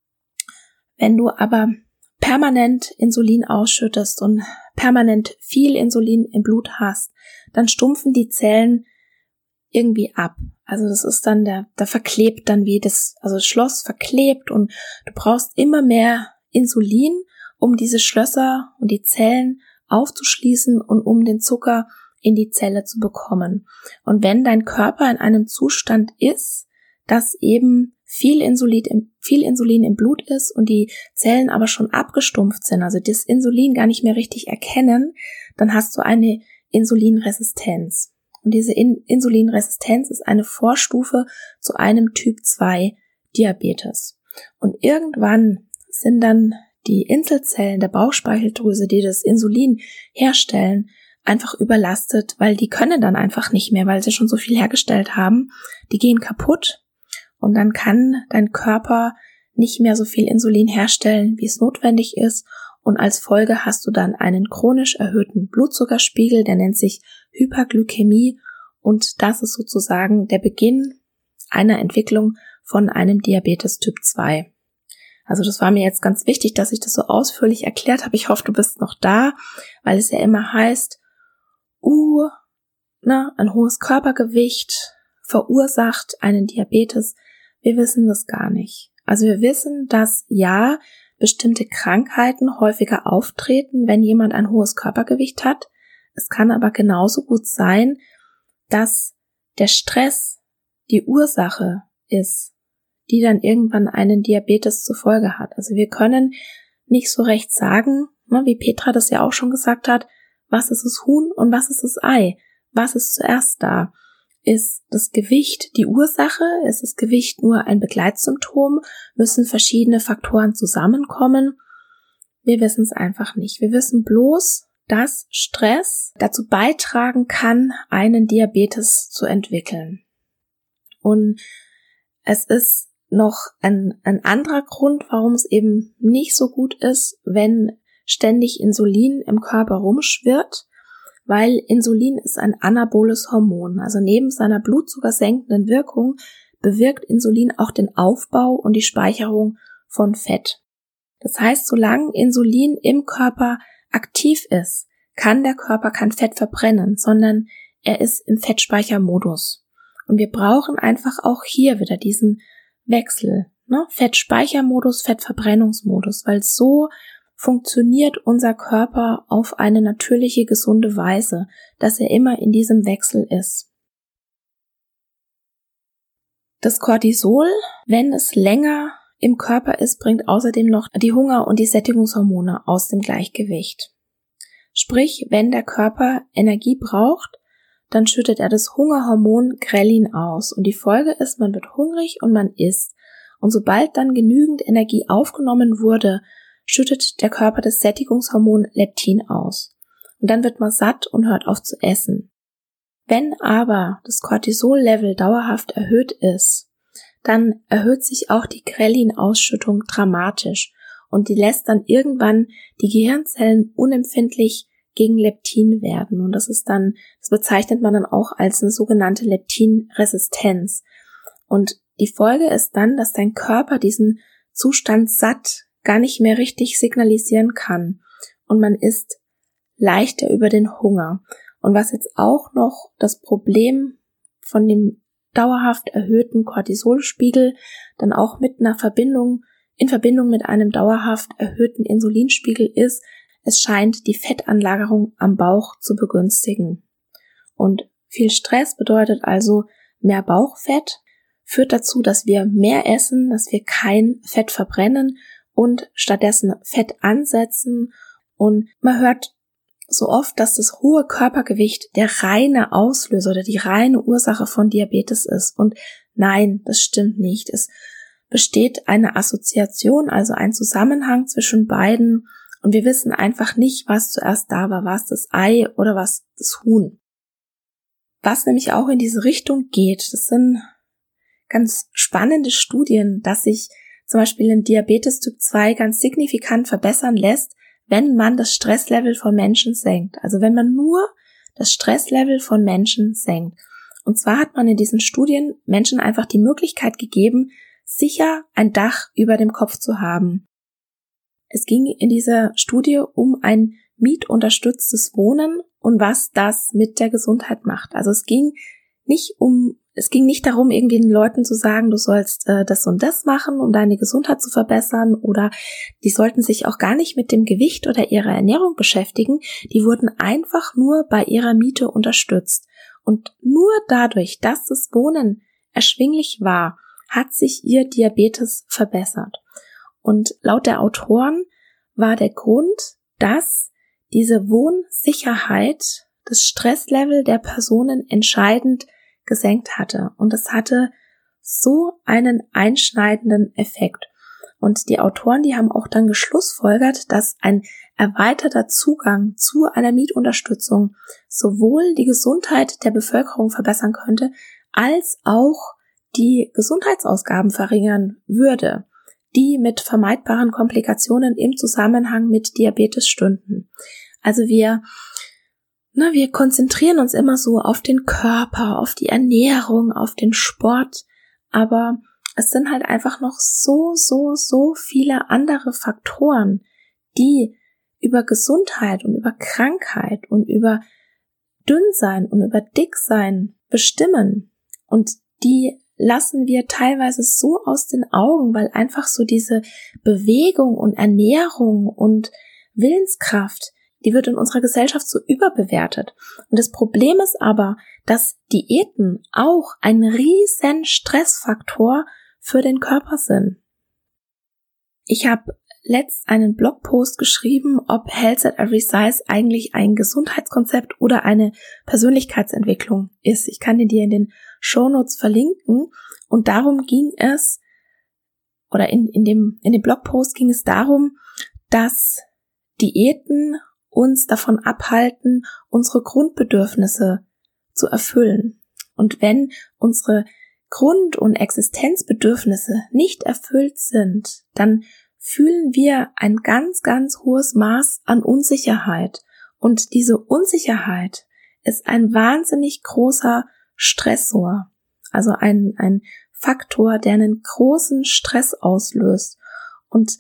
wenn du aber permanent Insulin ausschüttest und permanent viel Insulin im Blut hast, dann stumpfen die Zellen irgendwie ab. Also das ist dann da verklebt dann das Schloss verklebt und du brauchst immer mehr Insulin, um diese Schlösser und die Zellen aufzuschließen und um den Zucker in die Zelle zu bekommen. Und wenn dein Körper in einem Zustand ist, dass eben viel Insulin im Blut ist und die Zellen aber schon abgestumpft sind, also das Insulin gar nicht mehr richtig erkennen, dann hast du eine Insulinresistenz. Und diese Insulinresistenz ist eine Vorstufe zu einem Typ 2 Diabetes. Und irgendwann sind dann die Inselzellen der Bauchspeicheldrüse, die das Insulin herstellen, einfach überlastet, weil die können dann einfach nicht mehr, weil sie schon so viel hergestellt haben. Die gehen kaputt und dann kann dein Körper nicht mehr so viel Insulin herstellen, wie es notwendig ist. Und als Folge hast du dann einen chronisch erhöhten Blutzuckerspiegel, der nennt sich Hyperglykämie. Und das ist sozusagen der Beginn einer Entwicklung von einem Diabetes Typ 2. Also das war mir jetzt ganz wichtig, dass ich das so ausführlich erklärt habe. Ich hoffe, du bist noch da, weil es ja immer heißt, ein hohes Körpergewicht verursacht einen Diabetes. Wir wissen das gar nicht. Also wir wissen, dass ja, bestimmte Krankheiten häufiger auftreten, wenn jemand ein hohes Körpergewicht hat. Es kann aber genauso gut sein, dass der Stress die Ursache ist, die dann irgendwann einen Diabetes zur Folge hat. Also wir können nicht so recht sagen, wie Petra das ja auch schon gesagt hat, was ist das Huhn und was ist das Ei? Was ist zuerst da? Ist das Gewicht die Ursache? Ist das Gewicht nur ein Begleitsymptom? Müssen verschiedene Faktoren zusammenkommen? Wir wissen es einfach nicht. Wir wissen bloß, dass Stress dazu beitragen kann, einen Diabetes zu entwickeln. Und es ist noch ein anderer Grund, warum es eben nicht so gut ist, wenn ständig Insulin im Körper rumschwirrt, weil Insulin ist ein anaboles Hormon. Also neben seiner blutzuckersenkenden Wirkung bewirkt Insulin auch den Aufbau und die Speicherung von Fett. Das heißt, solange Insulin im Körper aktiv ist, kann der Körper kein Fett verbrennen, sondern er ist im Fettspeichermodus. Und wir brauchen einfach auch hier wieder diesen Wechsel, Fettspeichermodus, Fettverbrennungsmodus, weil so funktioniert unser Körper auf eine natürliche, gesunde Weise, dass er immer in diesem Wechsel ist. Das Cortisol, wenn es länger im Körper ist, bringt außerdem noch die Hunger- und die Sättigungshormone aus dem Gleichgewicht. Sprich, wenn der Körper Energie braucht, dann schüttet er das Hungerhormon Grelin aus und die Folge ist, man wird hungrig und man isst. Und sobald dann genügend Energie aufgenommen wurde, schüttet der Körper das Sättigungshormon Leptin aus. Und dann wird man satt und hört auf zu essen. Wenn aber das Cortisol-Level dauerhaft erhöht ist, dann erhöht sich auch die Grelin-Ausschüttung dramatisch und die lässt dann irgendwann die Gehirnzellen unempfindlich gegen Leptin werden. Und das bezeichnet man dann auch als eine sogenannte Leptinresistenz. Und die Folge ist dann, dass dein Körper diesen Zustand satt gar nicht mehr richtig signalisieren kann und man ist leichter über den Hunger. Und was jetzt auch noch das Problem von dem dauerhaft erhöhten Cortisolspiegel dann auch in Verbindung mit einem dauerhaft erhöhten Insulinspiegel ist, es scheint die Fettanlagerung am Bauch zu begünstigen. Und viel Stress bedeutet also mehr Bauchfett, führt dazu, dass wir mehr essen, dass wir kein Fett verbrennen und stattdessen Fett ansetzen. Und man hört so oft, dass das hohe Körpergewicht der reine Auslöser oder die reine Ursache von Diabetes ist. Und nein, das stimmt nicht. Es besteht eine Assoziation, also ein Zusammenhang zwischen beiden. Und wir wissen einfach nicht, was zuerst da war. War es das Ei oder was das Huhn? Was nämlich auch in diese Richtung geht, das sind ganz spannende Studien, dass sich zum Beispiel in Diabetes Typ 2 ganz signifikant verbessern lässt, wenn man das Stresslevel von Menschen senkt. Also wenn man nur das Stresslevel von Menschen senkt. Und zwar hat man in diesen Studien Menschen einfach die Möglichkeit gegeben, sicher ein Dach über dem Kopf zu haben. Es ging in dieser Studie um ein mietunterstütztes Wohnen und was das mit der Gesundheit macht. Also es ging nicht darum, irgendwie den Leuten zu sagen, du sollst das und das machen, um deine Gesundheit zu verbessern, oder die sollten sich auch gar nicht mit dem Gewicht oder ihrer Ernährung beschäftigen. Die wurden einfach nur bei ihrer Miete unterstützt. Und nur dadurch, dass das Wohnen erschwinglich war, hat sich ihr Diabetes verbessert. Und laut der Autoren war der Grund, dass diese Wohnsicherheit das Stresslevel der Personen entscheidend gesenkt hatte. Und es hatte so einen einschneidenden Effekt. Und die Autoren, die haben auch dann geschlussfolgert, dass ein erweiterter Zugang zu einer Mietunterstützung sowohl die Gesundheit der Bevölkerung verbessern könnte, als auch die Gesundheitsausgaben verringern würde, die mit vermeidbaren Komplikationen im Zusammenhang mit Diabetes stünden. Also wir konzentrieren uns immer so auf den Körper, auf die Ernährung, auf den Sport, aber es sind halt einfach noch so viele andere Faktoren, die über Gesundheit und über Krankheit und über Dünnsein und über Dicksein bestimmen und die lassen wir teilweise so aus den Augen, weil einfach so diese Bewegung und Ernährung und Willenskraft, die wird in unserer Gesellschaft so überbewertet. Und das Problem ist aber, dass Diäten auch ein riesen Stressfaktor für den Körper sind. Ich habe letzt einen Blogpost geschrieben, ob Health at Every Size eigentlich ein Gesundheitskonzept oder eine Persönlichkeitsentwicklung ist. Ich kann dir in den Shownotes verlinken. Und darum ging es, oder in dem Blogpost ging es darum, dass Diäten uns davon abhalten, unsere Grundbedürfnisse zu erfüllen. Und wenn unsere Grund- und Existenzbedürfnisse nicht erfüllt sind, dann fühlen wir ein ganz, ganz hohes Maß an Unsicherheit. Und diese Unsicherheit ist ein wahnsinnig großer Stressor, also ein Faktor, der einen großen Stress auslöst. Und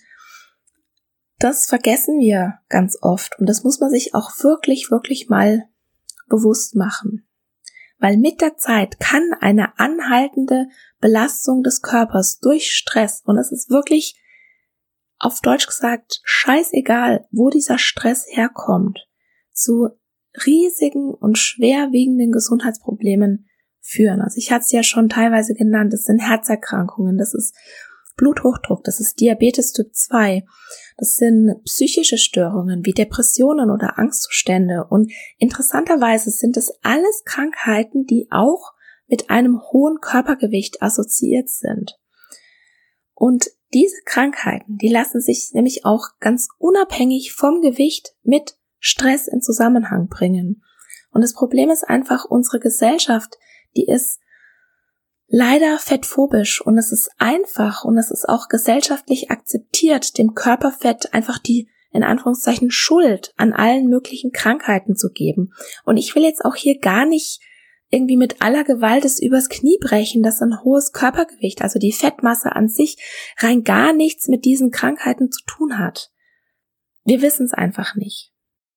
das vergessen wir ganz oft. Und das muss man sich auch wirklich, wirklich mal bewusst machen. Weil mit der Zeit kann eine anhaltende Belastung des Körpers durch Stress, und es ist wirklich auf Deutsch gesagt scheißegal, wo dieser Stress herkommt, zu riesigen und schwerwiegenden Gesundheitsproblemen führen. Also ich hatte es ja schon teilweise genannt, das sind Herzerkrankungen, das ist Bluthochdruck, das ist Diabetes Typ 2, das sind psychische Störungen wie Depressionen oder Angstzustände, und interessanterweise sind es alles Krankheiten, die auch mit einem hohen Körpergewicht assoziiert sind. Und diese Krankheiten, die lassen sich nämlich auch ganz unabhängig vom Gewicht mit Stress in Zusammenhang bringen. Und das Problem ist einfach, unsere Gesellschaft, die ist leider fettphobisch, und es ist einfach und es ist auch gesellschaftlich akzeptiert, dem Körperfett einfach die, in Anführungszeichen, Schuld an allen möglichen Krankheiten zu geben. Und ich will jetzt auch hier gar nicht irgendwie mit aller Gewalt es übers Knie brechen, dass ein hohes Körpergewicht, also die Fettmasse an sich, rein gar nichts mit diesen Krankheiten zu tun hat. Wir wissen es einfach nicht.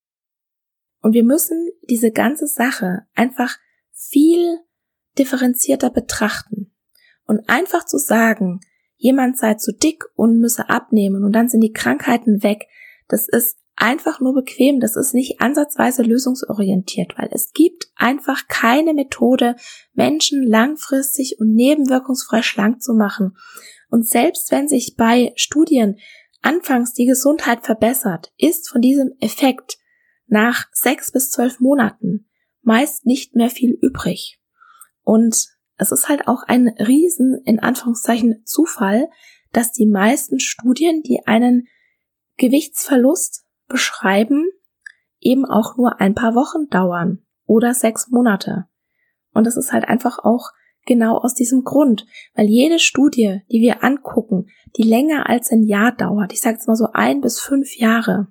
Und wir müssen diese ganze Sache einfach viel differenzierter betrachten. Und einfach zu sagen, jemand sei zu dick und müsse abnehmen und dann sind die Krankheiten weg, das ist einfach nur bequem, das ist nicht ansatzweise lösungsorientiert, weil es gibt einfach keine Methode, Menschen langfristig und nebenwirkungsfrei schlank zu machen. Und selbst wenn sich bei Studien anfangs die Gesundheit verbessert, ist von diesem Effekt nach 6 bis 12 Monaten meist nicht mehr viel übrig. Und es ist halt auch ein riesen, in Anführungszeichen, Zufall, dass die meisten Studien, die einen Gewichtsverlust beschreiben, eben auch nur ein paar Wochen dauern oder 6 Monate. Und das ist halt einfach auch genau aus diesem Grund, weil jede Studie, die wir angucken, die länger als ein Jahr dauert, ich sage jetzt mal so 1 bis 5 Jahre,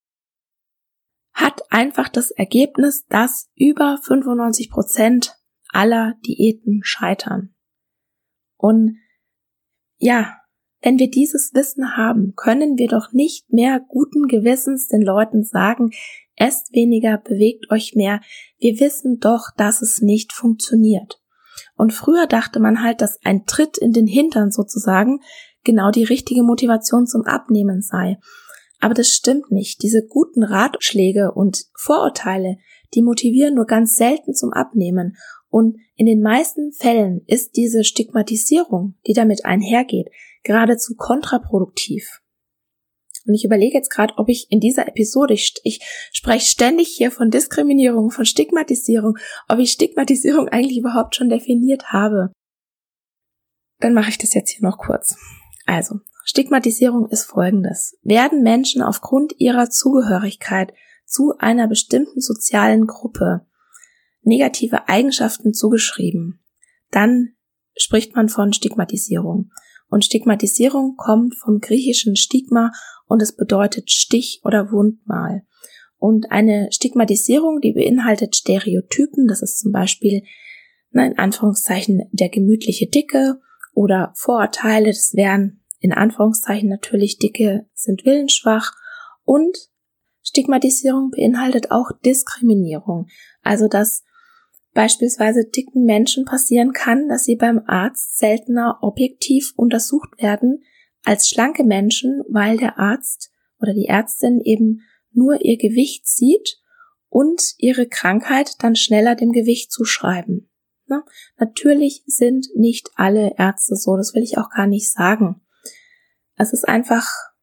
hat einfach das Ergebnis, dass über 95% aller Diäten scheitern. Und ja, wenn wir dieses Wissen haben, können wir doch nicht mehr guten Gewissens den Leuten sagen, esst weniger, bewegt euch mehr. Wir wissen doch, dass es nicht funktioniert. Und früher dachte man halt, dass ein Tritt in den Hintern sozusagen genau die richtige Motivation zum Abnehmen sei. Aber das stimmt nicht. Diese guten Ratschläge und Vorurteile, die motivieren nur ganz selten zum Abnehmen. Und in den meisten Fällen ist diese Stigmatisierung, die damit einhergeht, geradezu kontraproduktiv. Und ich überlege jetzt gerade, ob ich in dieser Episode, ich spreche ständig hier von Diskriminierung, von Stigmatisierung, ob ich Stigmatisierung eigentlich überhaupt schon definiert habe. Dann mache ich das jetzt hier noch kurz. Also, Stigmatisierung ist Folgendes. Werden Menschen aufgrund ihrer Zugehörigkeit zu einer bestimmten sozialen Gruppe negative Eigenschaften zugeschrieben, dann spricht man von Stigmatisierung. Und Stigmatisierung kommt vom griechischen Stigma und es bedeutet Stich oder Wundmal. Und eine Stigmatisierung, die beinhaltet Stereotypen, das ist zum Beispiel in Anführungszeichen der gemütliche Dicke, oder Vorurteile, das wären in Anführungszeichen natürlich Dicke sind willensschwach, und Stigmatisierung beinhaltet auch Diskriminierung, also dass beispielsweise dicken Menschen passieren kann, dass sie beim Arzt seltener objektiv untersucht werden als schlanke Menschen, weil der Arzt oder die Ärztin eben nur ihr Gewicht sieht und ihre Krankheit dann schneller dem Gewicht zuschreiben. Na, natürlich sind nicht alle Ärzte so, das will ich auch gar nicht sagen. Es ist einfach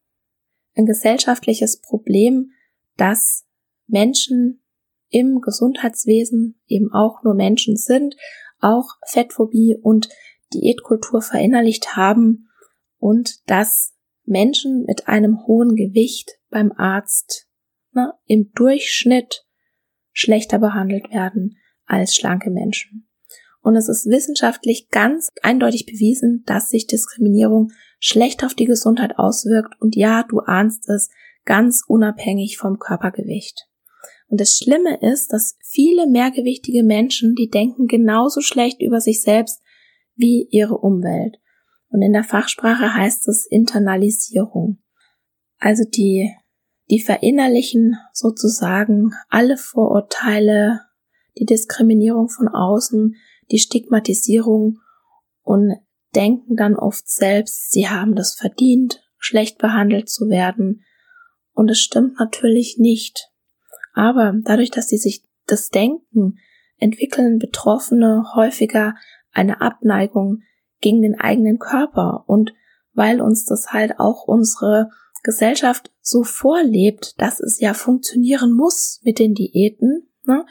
ein gesellschaftliches Problem, dass Menschen im Gesundheitswesen eben auch nur Menschen sind, auch Fettphobie und Diätkultur verinnerlicht haben und dass Menschen mit einem hohen Gewicht beim Arzt im Durchschnitt schlechter behandelt werden als schlanke Menschen. Und es ist wissenschaftlich ganz eindeutig bewiesen, dass sich Diskriminierung schlecht auf die Gesundheit auswirkt und ja, du ahnst es, ganz unabhängig vom Körpergewicht. Und das Schlimme ist, dass viele mehrgewichtige Menschen, die denken genauso schlecht über sich selbst wie ihre Umwelt. Und in der Fachsprache heißt es Internalisierung. Also die verinnerlichen sozusagen alle Vorurteile, die Diskriminierung von außen, die Stigmatisierung und denken dann oft selbst, sie haben das verdient, schlecht behandelt zu werden. Und es stimmt natürlich nicht. Aber dadurch, dass sie sich das denken, entwickeln Betroffene häufiger eine Abneigung gegen den eigenen Körper. Und weil uns das halt auch unsere Gesellschaft so vorlebt, dass es ja funktionieren muss mit den Diäten,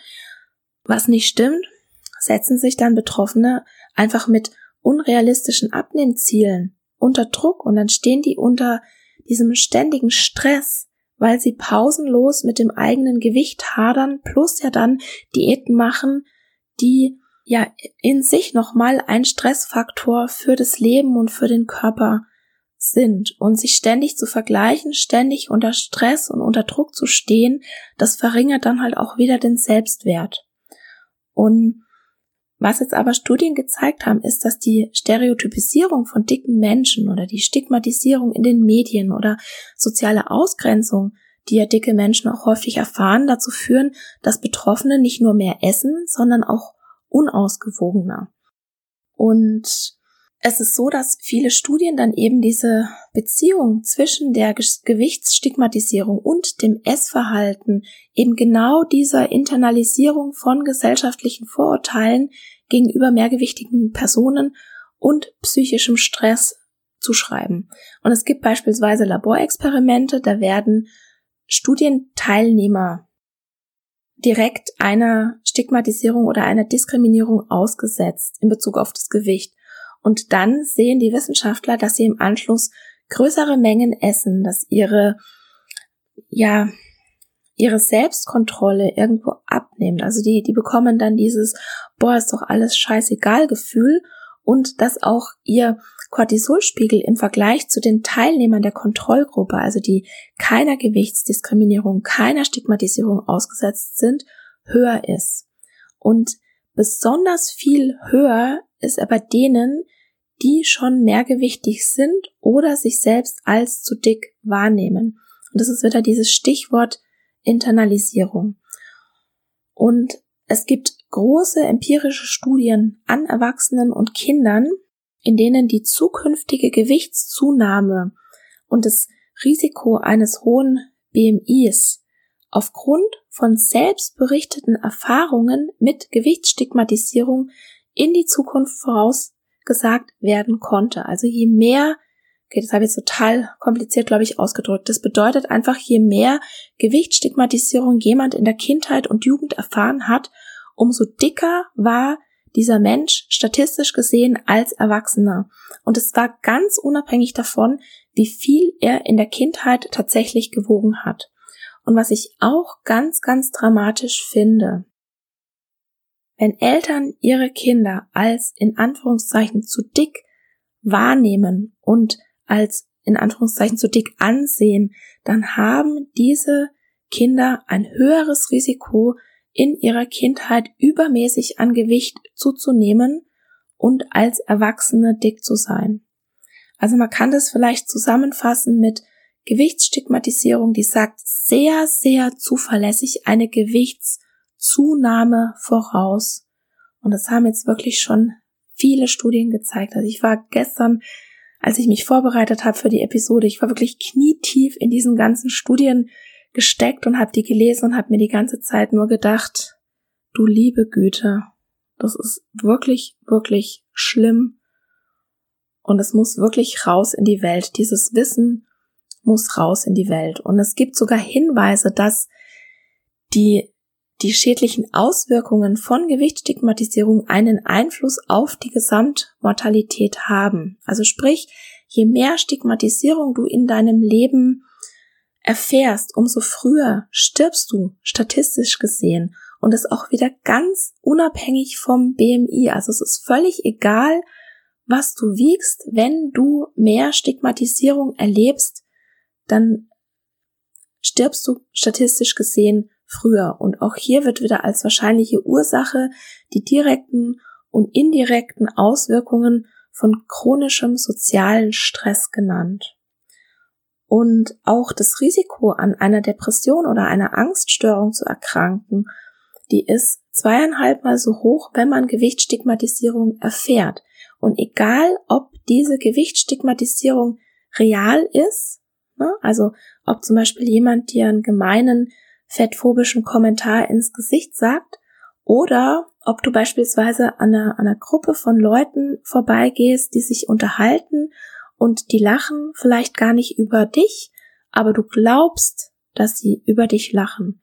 was nicht stimmt, setzen sich dann Betroffene einfach mit unrealistischen Abnehmzielen unter Druck und dann stehen die unter diesem ständigen Stress, weil sie pausenlos mit dem eigenen Gewicht hadern, plus ja dann Diäten machen, die ja in sich nochmal ein Stressfaktor für das Leben und für den Körper sind. Und sich ständig zu vergleichen, ständig unter Stress und unter Druck zu stehen, das verringert dann halt auch wieder den Selbstwert. Und was jetzt aber Studien gezeigt haben, ist, dass die Stereotypisierung von dicken Menschen oder die Stigmatisierung in den Medien oder soziale Ausgrenzung, die ja dicke Menschen auch häufig erfahren, dazu führen, dass Betroffene nicht nur mehr essen, sondern auch unausgewogener. Und es ist so, dass viele Studien dann eben diese Beziehung zwischen der Gewichtsstigmatisierung und dem Essverhalten, eben genau dieser Internalisierung von gesellschaftlichen Vorurteilen gegenüber mehrgewichtigen Personen und psychischem Stress zuschreiben. Und es gibt beispielsweise Laborexperimente, da werden Studienteilnehmer direkt einer Stigmatisierung oder einer Diskriminierung ausgesetzt in Bezug auf das Gewicht. Und dann sehen die Wissenschaftler, dass sie im Anschluss größere Mengen essen, dass ihre Selbstkontrolle irgendwo abnimmt. Also die bekommen dann dieses, ist doch alles scheißegal Gefühl und dass auch ihr Cortisolspiegel im Vergleich zu den Teilnehmern der Kontrollgruppe, also die keiner Gewichtsdiskriminierung, keiner Stigmatisierung ausgesetzt sind, höher ist. Und besonders viel höher ist er bei denen, die schon mehrgewichtig sind oder sich selbst als zu dick wahrnehmen. Und das ist wieder dieses Stichwort Internalisierung. Und es gibt große empirische Studien an Erwachsenen und Kindern, in denen die zukünftige Gewichtszunahme und das Risiko eines hohen BMIs aufgrund von selbstberichteten Erfahrungen mit Gewichtsstigmatisierung in die Zukunft vorausgesagt werden konnte. Also je mehr, das habe ich jetzt total kompliziert, glaube ich, ausgedrückt. Das bedeutet einfach, je mehr Gewichtsstigmatisierung jemand in der Kindheit und Jugend erfahren hat, umso dicker war dieser Mensch statistisch gesehen als Erwachsener. Und es war ganz unabhängig davon, wie viel er in der Kindheit tatsächlich gewogen hat. Und was ich auch ganz, ganz dramatisch finde, wenn Eltern ihre Kinder als in Anführungszeichen zu dick wahrnehmen und als in Anführungszeichen zu dick ansehen, dann haben diese Kinder ein höheres Risiko, in ihrer Kindheit übermäßig an Gewicht zuzunehmen und als Erwachsene dick zu sein. Also man kann das vielleicht zusammenfassen mit Gewichtsstigmatisierung, die sagt sehr, sehr zuverlässig eine Gewichtszunahme voraus. Und das haben jetzt wirklich schon viele Studien gezeigt. Also ich war gestern, als ich mich vorbereitet habe für die Episode, ich war wirklich knietief in diesen ganzen Studien gesteckt und habe die gelesen und habe mir die ganze Zeit nur gedacht, du liebe Güte, das ist wirklich, wirklich schlimm und es muss wirklich raus in die Welt. Dieses Wissen muss raus in die Welt. Und es gibt sogar Hinweise, dass die schädlichen Auswirkungen von Gewichtsstigmatisierung einen Einfluss auf die Gesamtmortalität haben. Also sprich, je mehr Stigmatisierung du in deinem Leben erfährst, umso früher stirbst du, statistisch gesehen. Und das auch wieder ganz unabhängig vom BMI. Also es ist völlig egal, was du wiegst. Wenn du mehr Stigmatisierung erlebst, dann stirbst du statistisch gesehen früher. Und auch hier wird wieder als wahrscheinliche Ursache die direkten und indirekten Auswirkungen von chronischem sozialen Stress genannt. Und auch das Risiko, an einer Depression oder einer Angststörung zu erkranken, die ist 2,5-mal so hoch, wenn man Gewichtsstigmatisierung erfährt. Und egal, ob diese Gewichtsstigmatisierung real ist, ne, also ob zum Beispiel jemand dir einen gemeinen, fettphobischen Kommentar ins Gesicht sagt, oder ob du beispielsweise an einer Gruppe von Leuten vorbeigehst, die sich unterhalten und die lachen vielleicht gar nicht über dich, aber du glaubst, dass sie über dich lachen.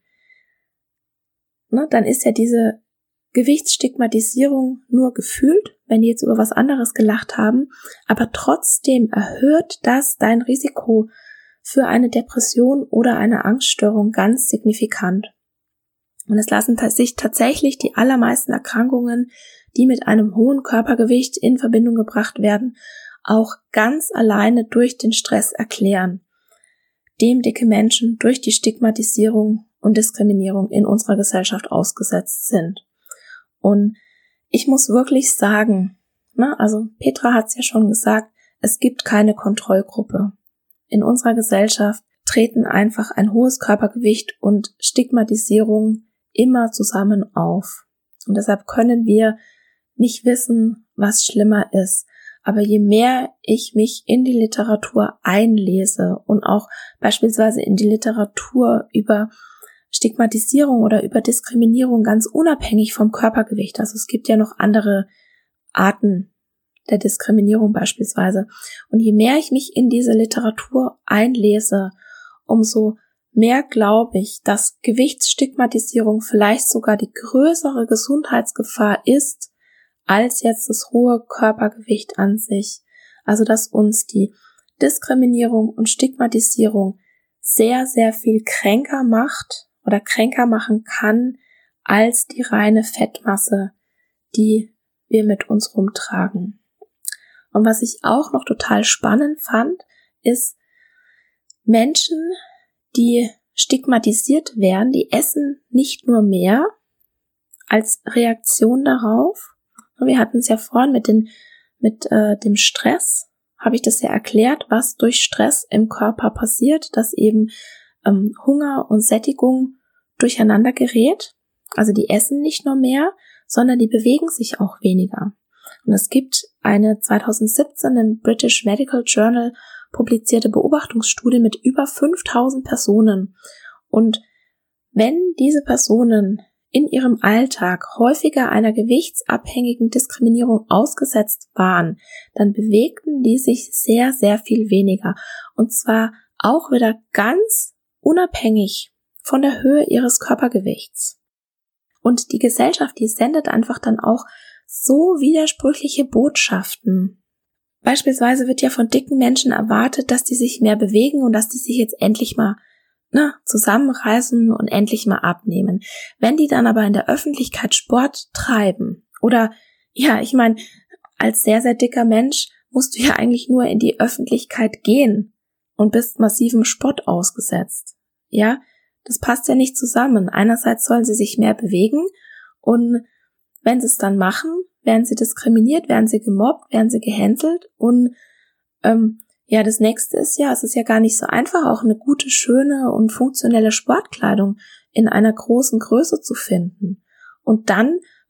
Ne, dann ist ja diese Gewichtsstigmatisierung nur gefühlt, wenn die jetzt über was anderes gelacht haben, aber trotzdem erhöht das dein Risiko für eine Depression oder eine Angststörung ganz signifikant. Und es lassen sich tatsächlich die allermeisten Erkrankungen, die mit einem hohen Körpergewicht in Verbindung gebracht werden, auch ganz alleine durch den Stress erklären, dem dicke Menschen durch die Stigmatisierung und Diskriminierung in unserer Gesellschaft ausgesetzt sind. Und ich muss wirklich sagen, also Petra hat es ja schon gesagt, es gibt keine Kontrollgruppe. In unserer Gesellschaft treten einfach ein hohes Körpergewicht und Stigmatisierung immer zusammen auf. Und deshalb können wir nicht wissen, was schlimmer ist. Aber je mehr ich mich in die Literatur einlese und auch beispielsweise in die Literatur über Stigmatisierung oder über Diskriminierung ganz unabhängig vom Körpergewicht, also es gibt ja noch andere Arten der Diskriminierung beispielsweise. Und je mehr ich mich in diese Literatur einlese, umso mehr glaube ich, dass Gewichtsstigmatisierung vielleicht sogar die größere Gesundheitsgefahr ist, als jetzt das hohe Körpergewicht an sich. Also dass uns die Diskriminierung und Stigmatisierung sehr, sehr viel kränker macht oder kränker machen kann als die reine Fettmasse, die wir mit uns rumtragen. Und was ich auch noch total spannend fand, ist Menschen, die stigmatisiert werden, die essen nicht nur mehr als Reaktion darauf. Wir hatten es ja vorhin mit dem Stress, habe ich das ja erklärt, was durch Stress im Körper passiert, dass eben Hunger und Sättigung durcheinander gerät. Also die essen nicht nur mehr, sondern die bewegen sich auch weniger. Und es gibt eine 2017 im British Medical Journal publizierte Beobachtungsstudie mit über 5000 Personen. Und wenn diese Personen in ihrem Alltag häufiger einer gewichtsabhängigen Diskriminierung ausgesetzt waren, dann bewegten die sich sehr, sehr viel weniger. Und zwar auch wieder ganz unabhängig von der Höhe ihres Körpergewichts. Und die Gesellschaft, die sendet einfach dann auch so widersprüchliche Botschaften. Beispielsweise wird ja von dicken Menschen erwartet, dass die sich mehr bewegen und dass die sich jetzt endlich mal zusammenreißen und endlich mal abnehmen. Wenn die dann aber in der Öffentlichkeit Sport treiben oder, ja, ich meine, als sehr, sehr dicker Mensch musst du ja eigentlich nur in die Öffentlichkeit gehen und bist massivem Spott ausgesetzt. Ja, das passt ja nicht zusammen. Einerseits sollen sie sich mehr bewegen und wenn sie es dann machen, werden sie diskriminiert, werden sie gemobbt, werden sie gehänselt und ja, das nächste ist ja, es ist ja gar nicht so einfach, auch eine gute, schöne und funktionelle Sportkleidung in einer großen Größe zu finden. Und dann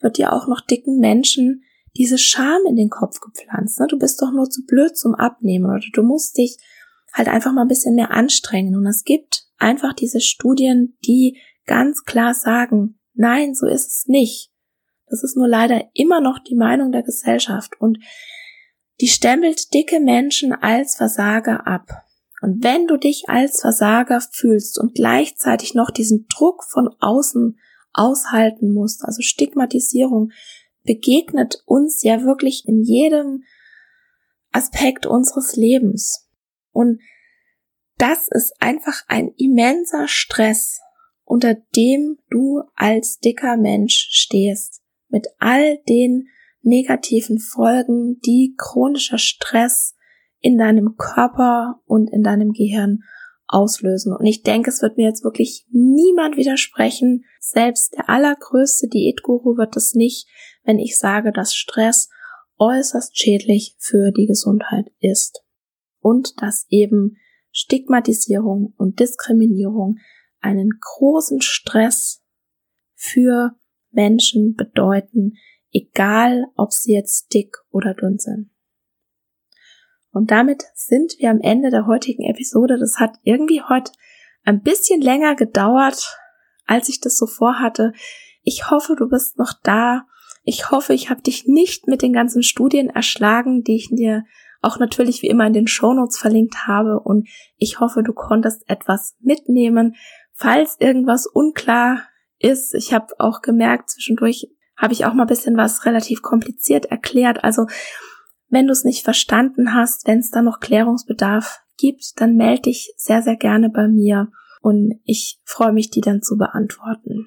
wird dir auch noch dicken Menschen diese Scham in den Kopf gepflanzt. Ne? Du bist doch nur zu blöd zum Abnehmen oder du musst dich halt einfach mal ein bisschen mehr anstrengen. Und es gibt einfach diese Studien, die ganz klar sagen, nein, so ist es nicht. Das ist nur leider immer noch die Meinung der Gesellschaft und die stempelt dicke Menschen als Versager ab. Und wenn du dich als Versager fühlst und gleichzeitig noch diesen Druck von außen aushalten musst, also Stigmatisierung, begegnet uns ja wirklich in jedem Aspekt unseres Lebens. Und das ist einfach ein immenser Stress, unter dem du als dicker Mensch stehst, mit all den negativen Folgen, die chronischer Stress in deinem Körper und in deinem Gehirn auslösen. Und ich denke, es wird mir jetzt wirklich niemand widersprechen, selbst der allergrößte Diätguru wird es nicht, wenn ich sage, dass Stress äußerst schädlich für die Gesundheit ist und dass eben Stigmatisierung und Diskriminierung einen großen Stress für Menschen bedeuten, egal ob sie jetzt dick oder dünn sind. Und damit sind wir am Ende der heutigen Episode. Das hat irgendwie heute ein bisschen länger gedauert, als ich das so vorhatte. Ich hoffe, du bist noch da. Ich hoffe, ich habe dich nicht mit den ganzen Studien erschlagen, die ich dir auch natürlich wie immer in den Shownotes verlinkt habe. Und ich hoffe, du konntest etwas mitnehmen. Falls irgendwas unklar ist, ich habe auch gemerkt, zwischendurch habe ich auch mal ein bisschen was relativ kompliziert erklärt. Also wenn du es nicht verstanden hast, wenn es da noch Klärungsbedarf gibt, dann melde dich sehr, sehr gerne bei mir und ich freue mich, die dann zu beantworten.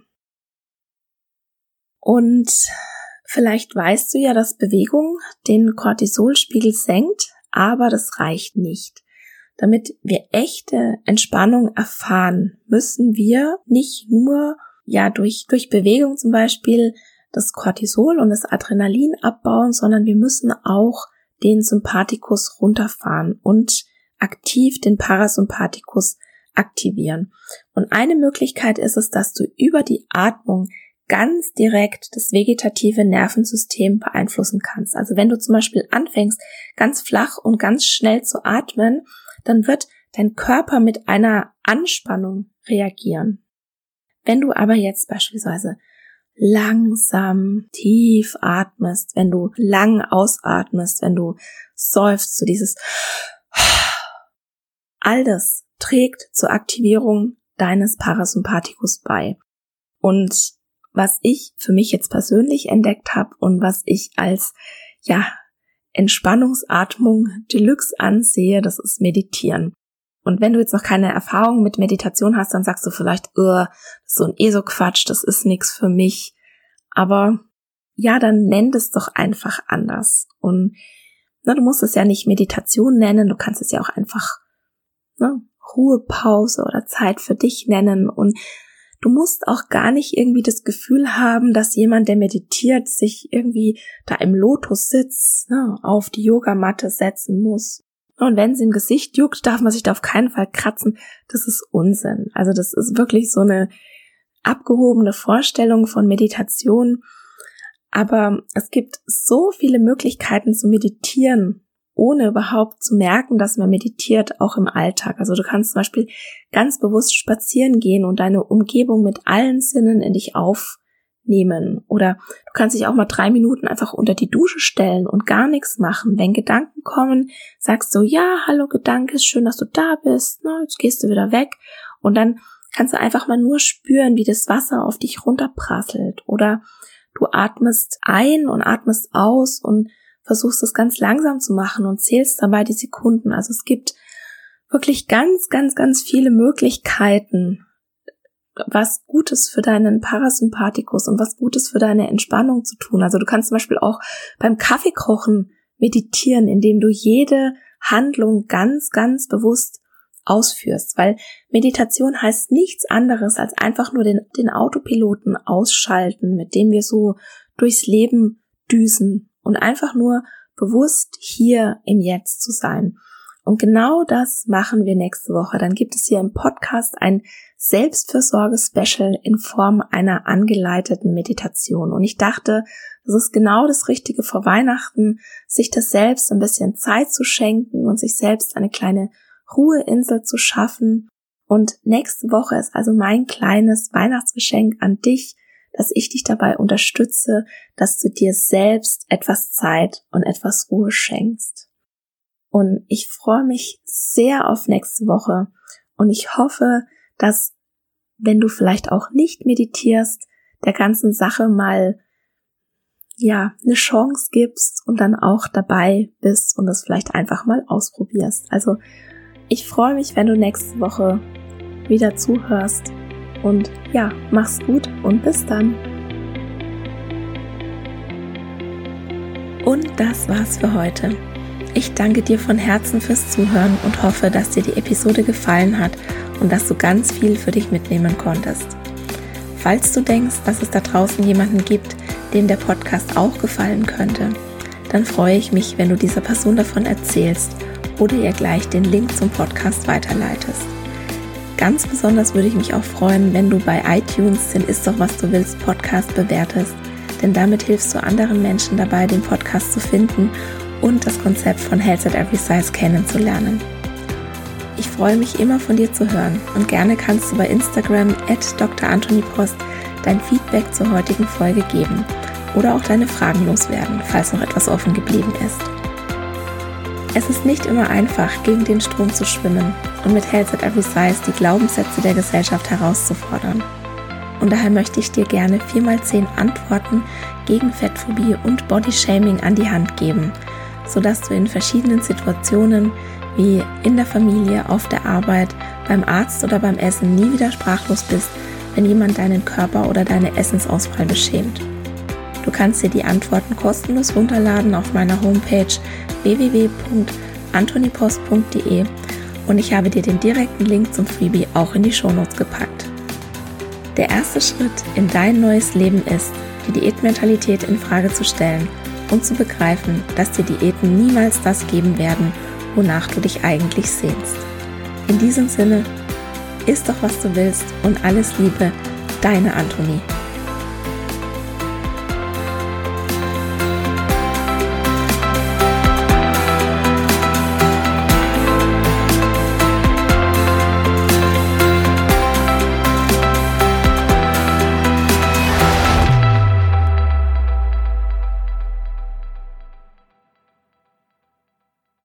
Und vielleicht weißt du ja, dass Bewegung den Cortisolspiegel senkt, aber das reicht nicht. Damit wir echte Entspannung erfahren, müssen wir nicht nur durch Bewegung zum Beispiel das Cortisol und das Adrenalin abbauen, sondern wir müssen auch den Sympathikus runterfahren und aktiv den Parasympathikus aktivieren. Und eine Möglichkeit ist es, dass du über die Atmung ganz direkt das vegetative Nervensystem beeinflussen kannst. Also wenn du zum Beispiel anfängst, ganz flach und ganz schnell zu atmen, dann wird dein Körper mit einer Anspannung reagieren. Wenn du aber jetzt beispielsweise langsam tief atmest, wenn du lang ausatmest, wenn du seufzt, so dieses all das trägt zur Aktivierung deines Parasympathikus bei. Und was ich für mich jetzt persönlich entdeckt habe und was ich als Entspannungsatmung Deluxe ansehe, das ist Meditieren. Und wenn du jetzt noch keine Erfahrung mit Meditation hast, dann sagst du vielleicht, das ist so ein ESO-Quatsch, das ist nichts für mich. Aber ja, dann nenn es doch einfach anders. Und du musst es ja nicht Meditation nennen, du kannst es ja auch einfach Ruhepause oder Zeit für dich nennen. Und du musst auch gar nicht irgendwie das Gefühl haben, dass jemand, der meditiert, sich irgendwie da im Lotussitz auf die Yogamatte setzen muss. Und wenn es im Gesicht juckt, darf man sich da auf keinen Fall kratzen. Das ist Unsinn. Also das ist wirklich so eine abgehobene Vorstellung von Meditation. Aber es gibt so viele Möglichkeiten zu meditieren, ohne überhaupt zu merken, dass man meditiert, auch im Alltag. Also du kannst zum Beispiel ganz bewusst spazieren gehen und deine Umgebung mit allen Sinnen in dich aufnehmen. Oder du kannst dich auch mal 3 Minuten einfach unter die Dusche stellen und gar nichts machen. Wenn Gedanken kommen, sagst du, ja, hallo Gedanke, ist schön, dass du da bist. Jetzt gehst du wieder weg. Und dann kannst du einfach mal nur spüren, wie das Wasser auf dich runterprasselt. Oder du atmest ein und atmest aus und versuchst es ganz langsam zu machen und zählst dabei die Sekunden. Also es gibt wirklich ganz, ganz, ganz viele Möglichkeiten, was Gutes für deinen Parasympathikus und was Gutes für deine Entspannung zu tun. Also du kannst zum Beispiel auch beim Kaffeekochen meditieren, indem du jede Handlung ganz, ganz bewusst ausführst, weil Meditation heißt nichts anderes als einfach nur den Autopiloten ausschalten, mit dem wir so durchs Leben düsen und einfach nur bewusst hier im Jetzt zu sein. Und genau das machen wir nächste Woche. Dann gibt es hier im Podcast ein Selbstfürsorge-Special in Form einer angeleiteten Meditation. Und ich dachte, das ist genau das Richtige vor Weihnachten, sich das selbst ein bisschen Zeit zu schenken und sich selbst eine kleine Ruheinsel zu schaffen. Und nächste Woche ist also mein kleines Weihnachtsgeschenk an dich, dass ich dich dabei unterstütze, dass du dir selbst etwas Zeit und etwas Ruhe schenkst. Und ich freue mich sehr auf nächste Woche und ich hoffe, dass, wenn du vielleicht auch nicht meditierst, der ganzen Sache mal eine Chance gibst und dann auch dabei bist und es vielleicht einfach mal ausprobierst. Also ich freue mich, wenn du nächste Woche wieder zuhörst und mach's gut und bis dann. Und das war's für heute. Ich danke dir von Herzen fürs Zuhören und hoffe, dass dir die Episode gefallen hat und dass du ganz viel für dich mitnehmen konntest. Falls du denkst, dass es da draußen jemanden gibt, dem der Podcast auch gefallen könnte, dann freue ich mich, wenn du dieser Person davon erzählst oder ihr gleich den Link zum Podcast weiterleitest. Ganz besonders würde ich mich auch freuen, wenn du bei iTunes den Ist doch was du willst Podcast bewertest, denn damit hilfst du anderen Menschen dabei, den Podcast zu finden und das Konzept von Health at Every Size kennenzulernen. Ich freue mich immer von dir zu hören und gerne kannst du bei Instagram @drantonipost dein Feedback zur heutigen Folge geben oder auch deine Fragen loswerden, falls noch etwas offen geblieben ist. Es ist nicht immer einfach, gegen den Strom zu schwimmen und mit Health at Every Size die Glaubenssätze der Gesellschaft herauszufordern. Und daher möchte ich dir gerne 4x10 Antworten gegen Fettphobie und Bodyshaming an die Hand geben, sodass du in verschiedenen Situationen wie in der Familie, auf der Arbeit, beim Arzt oder beim Essen nie wieder sprachlos bist, wenn jemand deinen Körper oder deine Essensauswahl beschämt. Du kannst dir die Antworten kostenlos runterladen auf meiner Homepage www.antonipost.de und ich habe dir den direkten Link zum Freebie auch in die Shownotes gepackt. Der erste Schritt in dein neues Leben ist, die Diätmentalität in Frage zu stellen und zu begreifen, dass dir Diäten niemals das geben werden, wonach du dich eigentlich sehnst. In diesem Sinne, iss doch was du willst und alles Liebe, deine Antonie.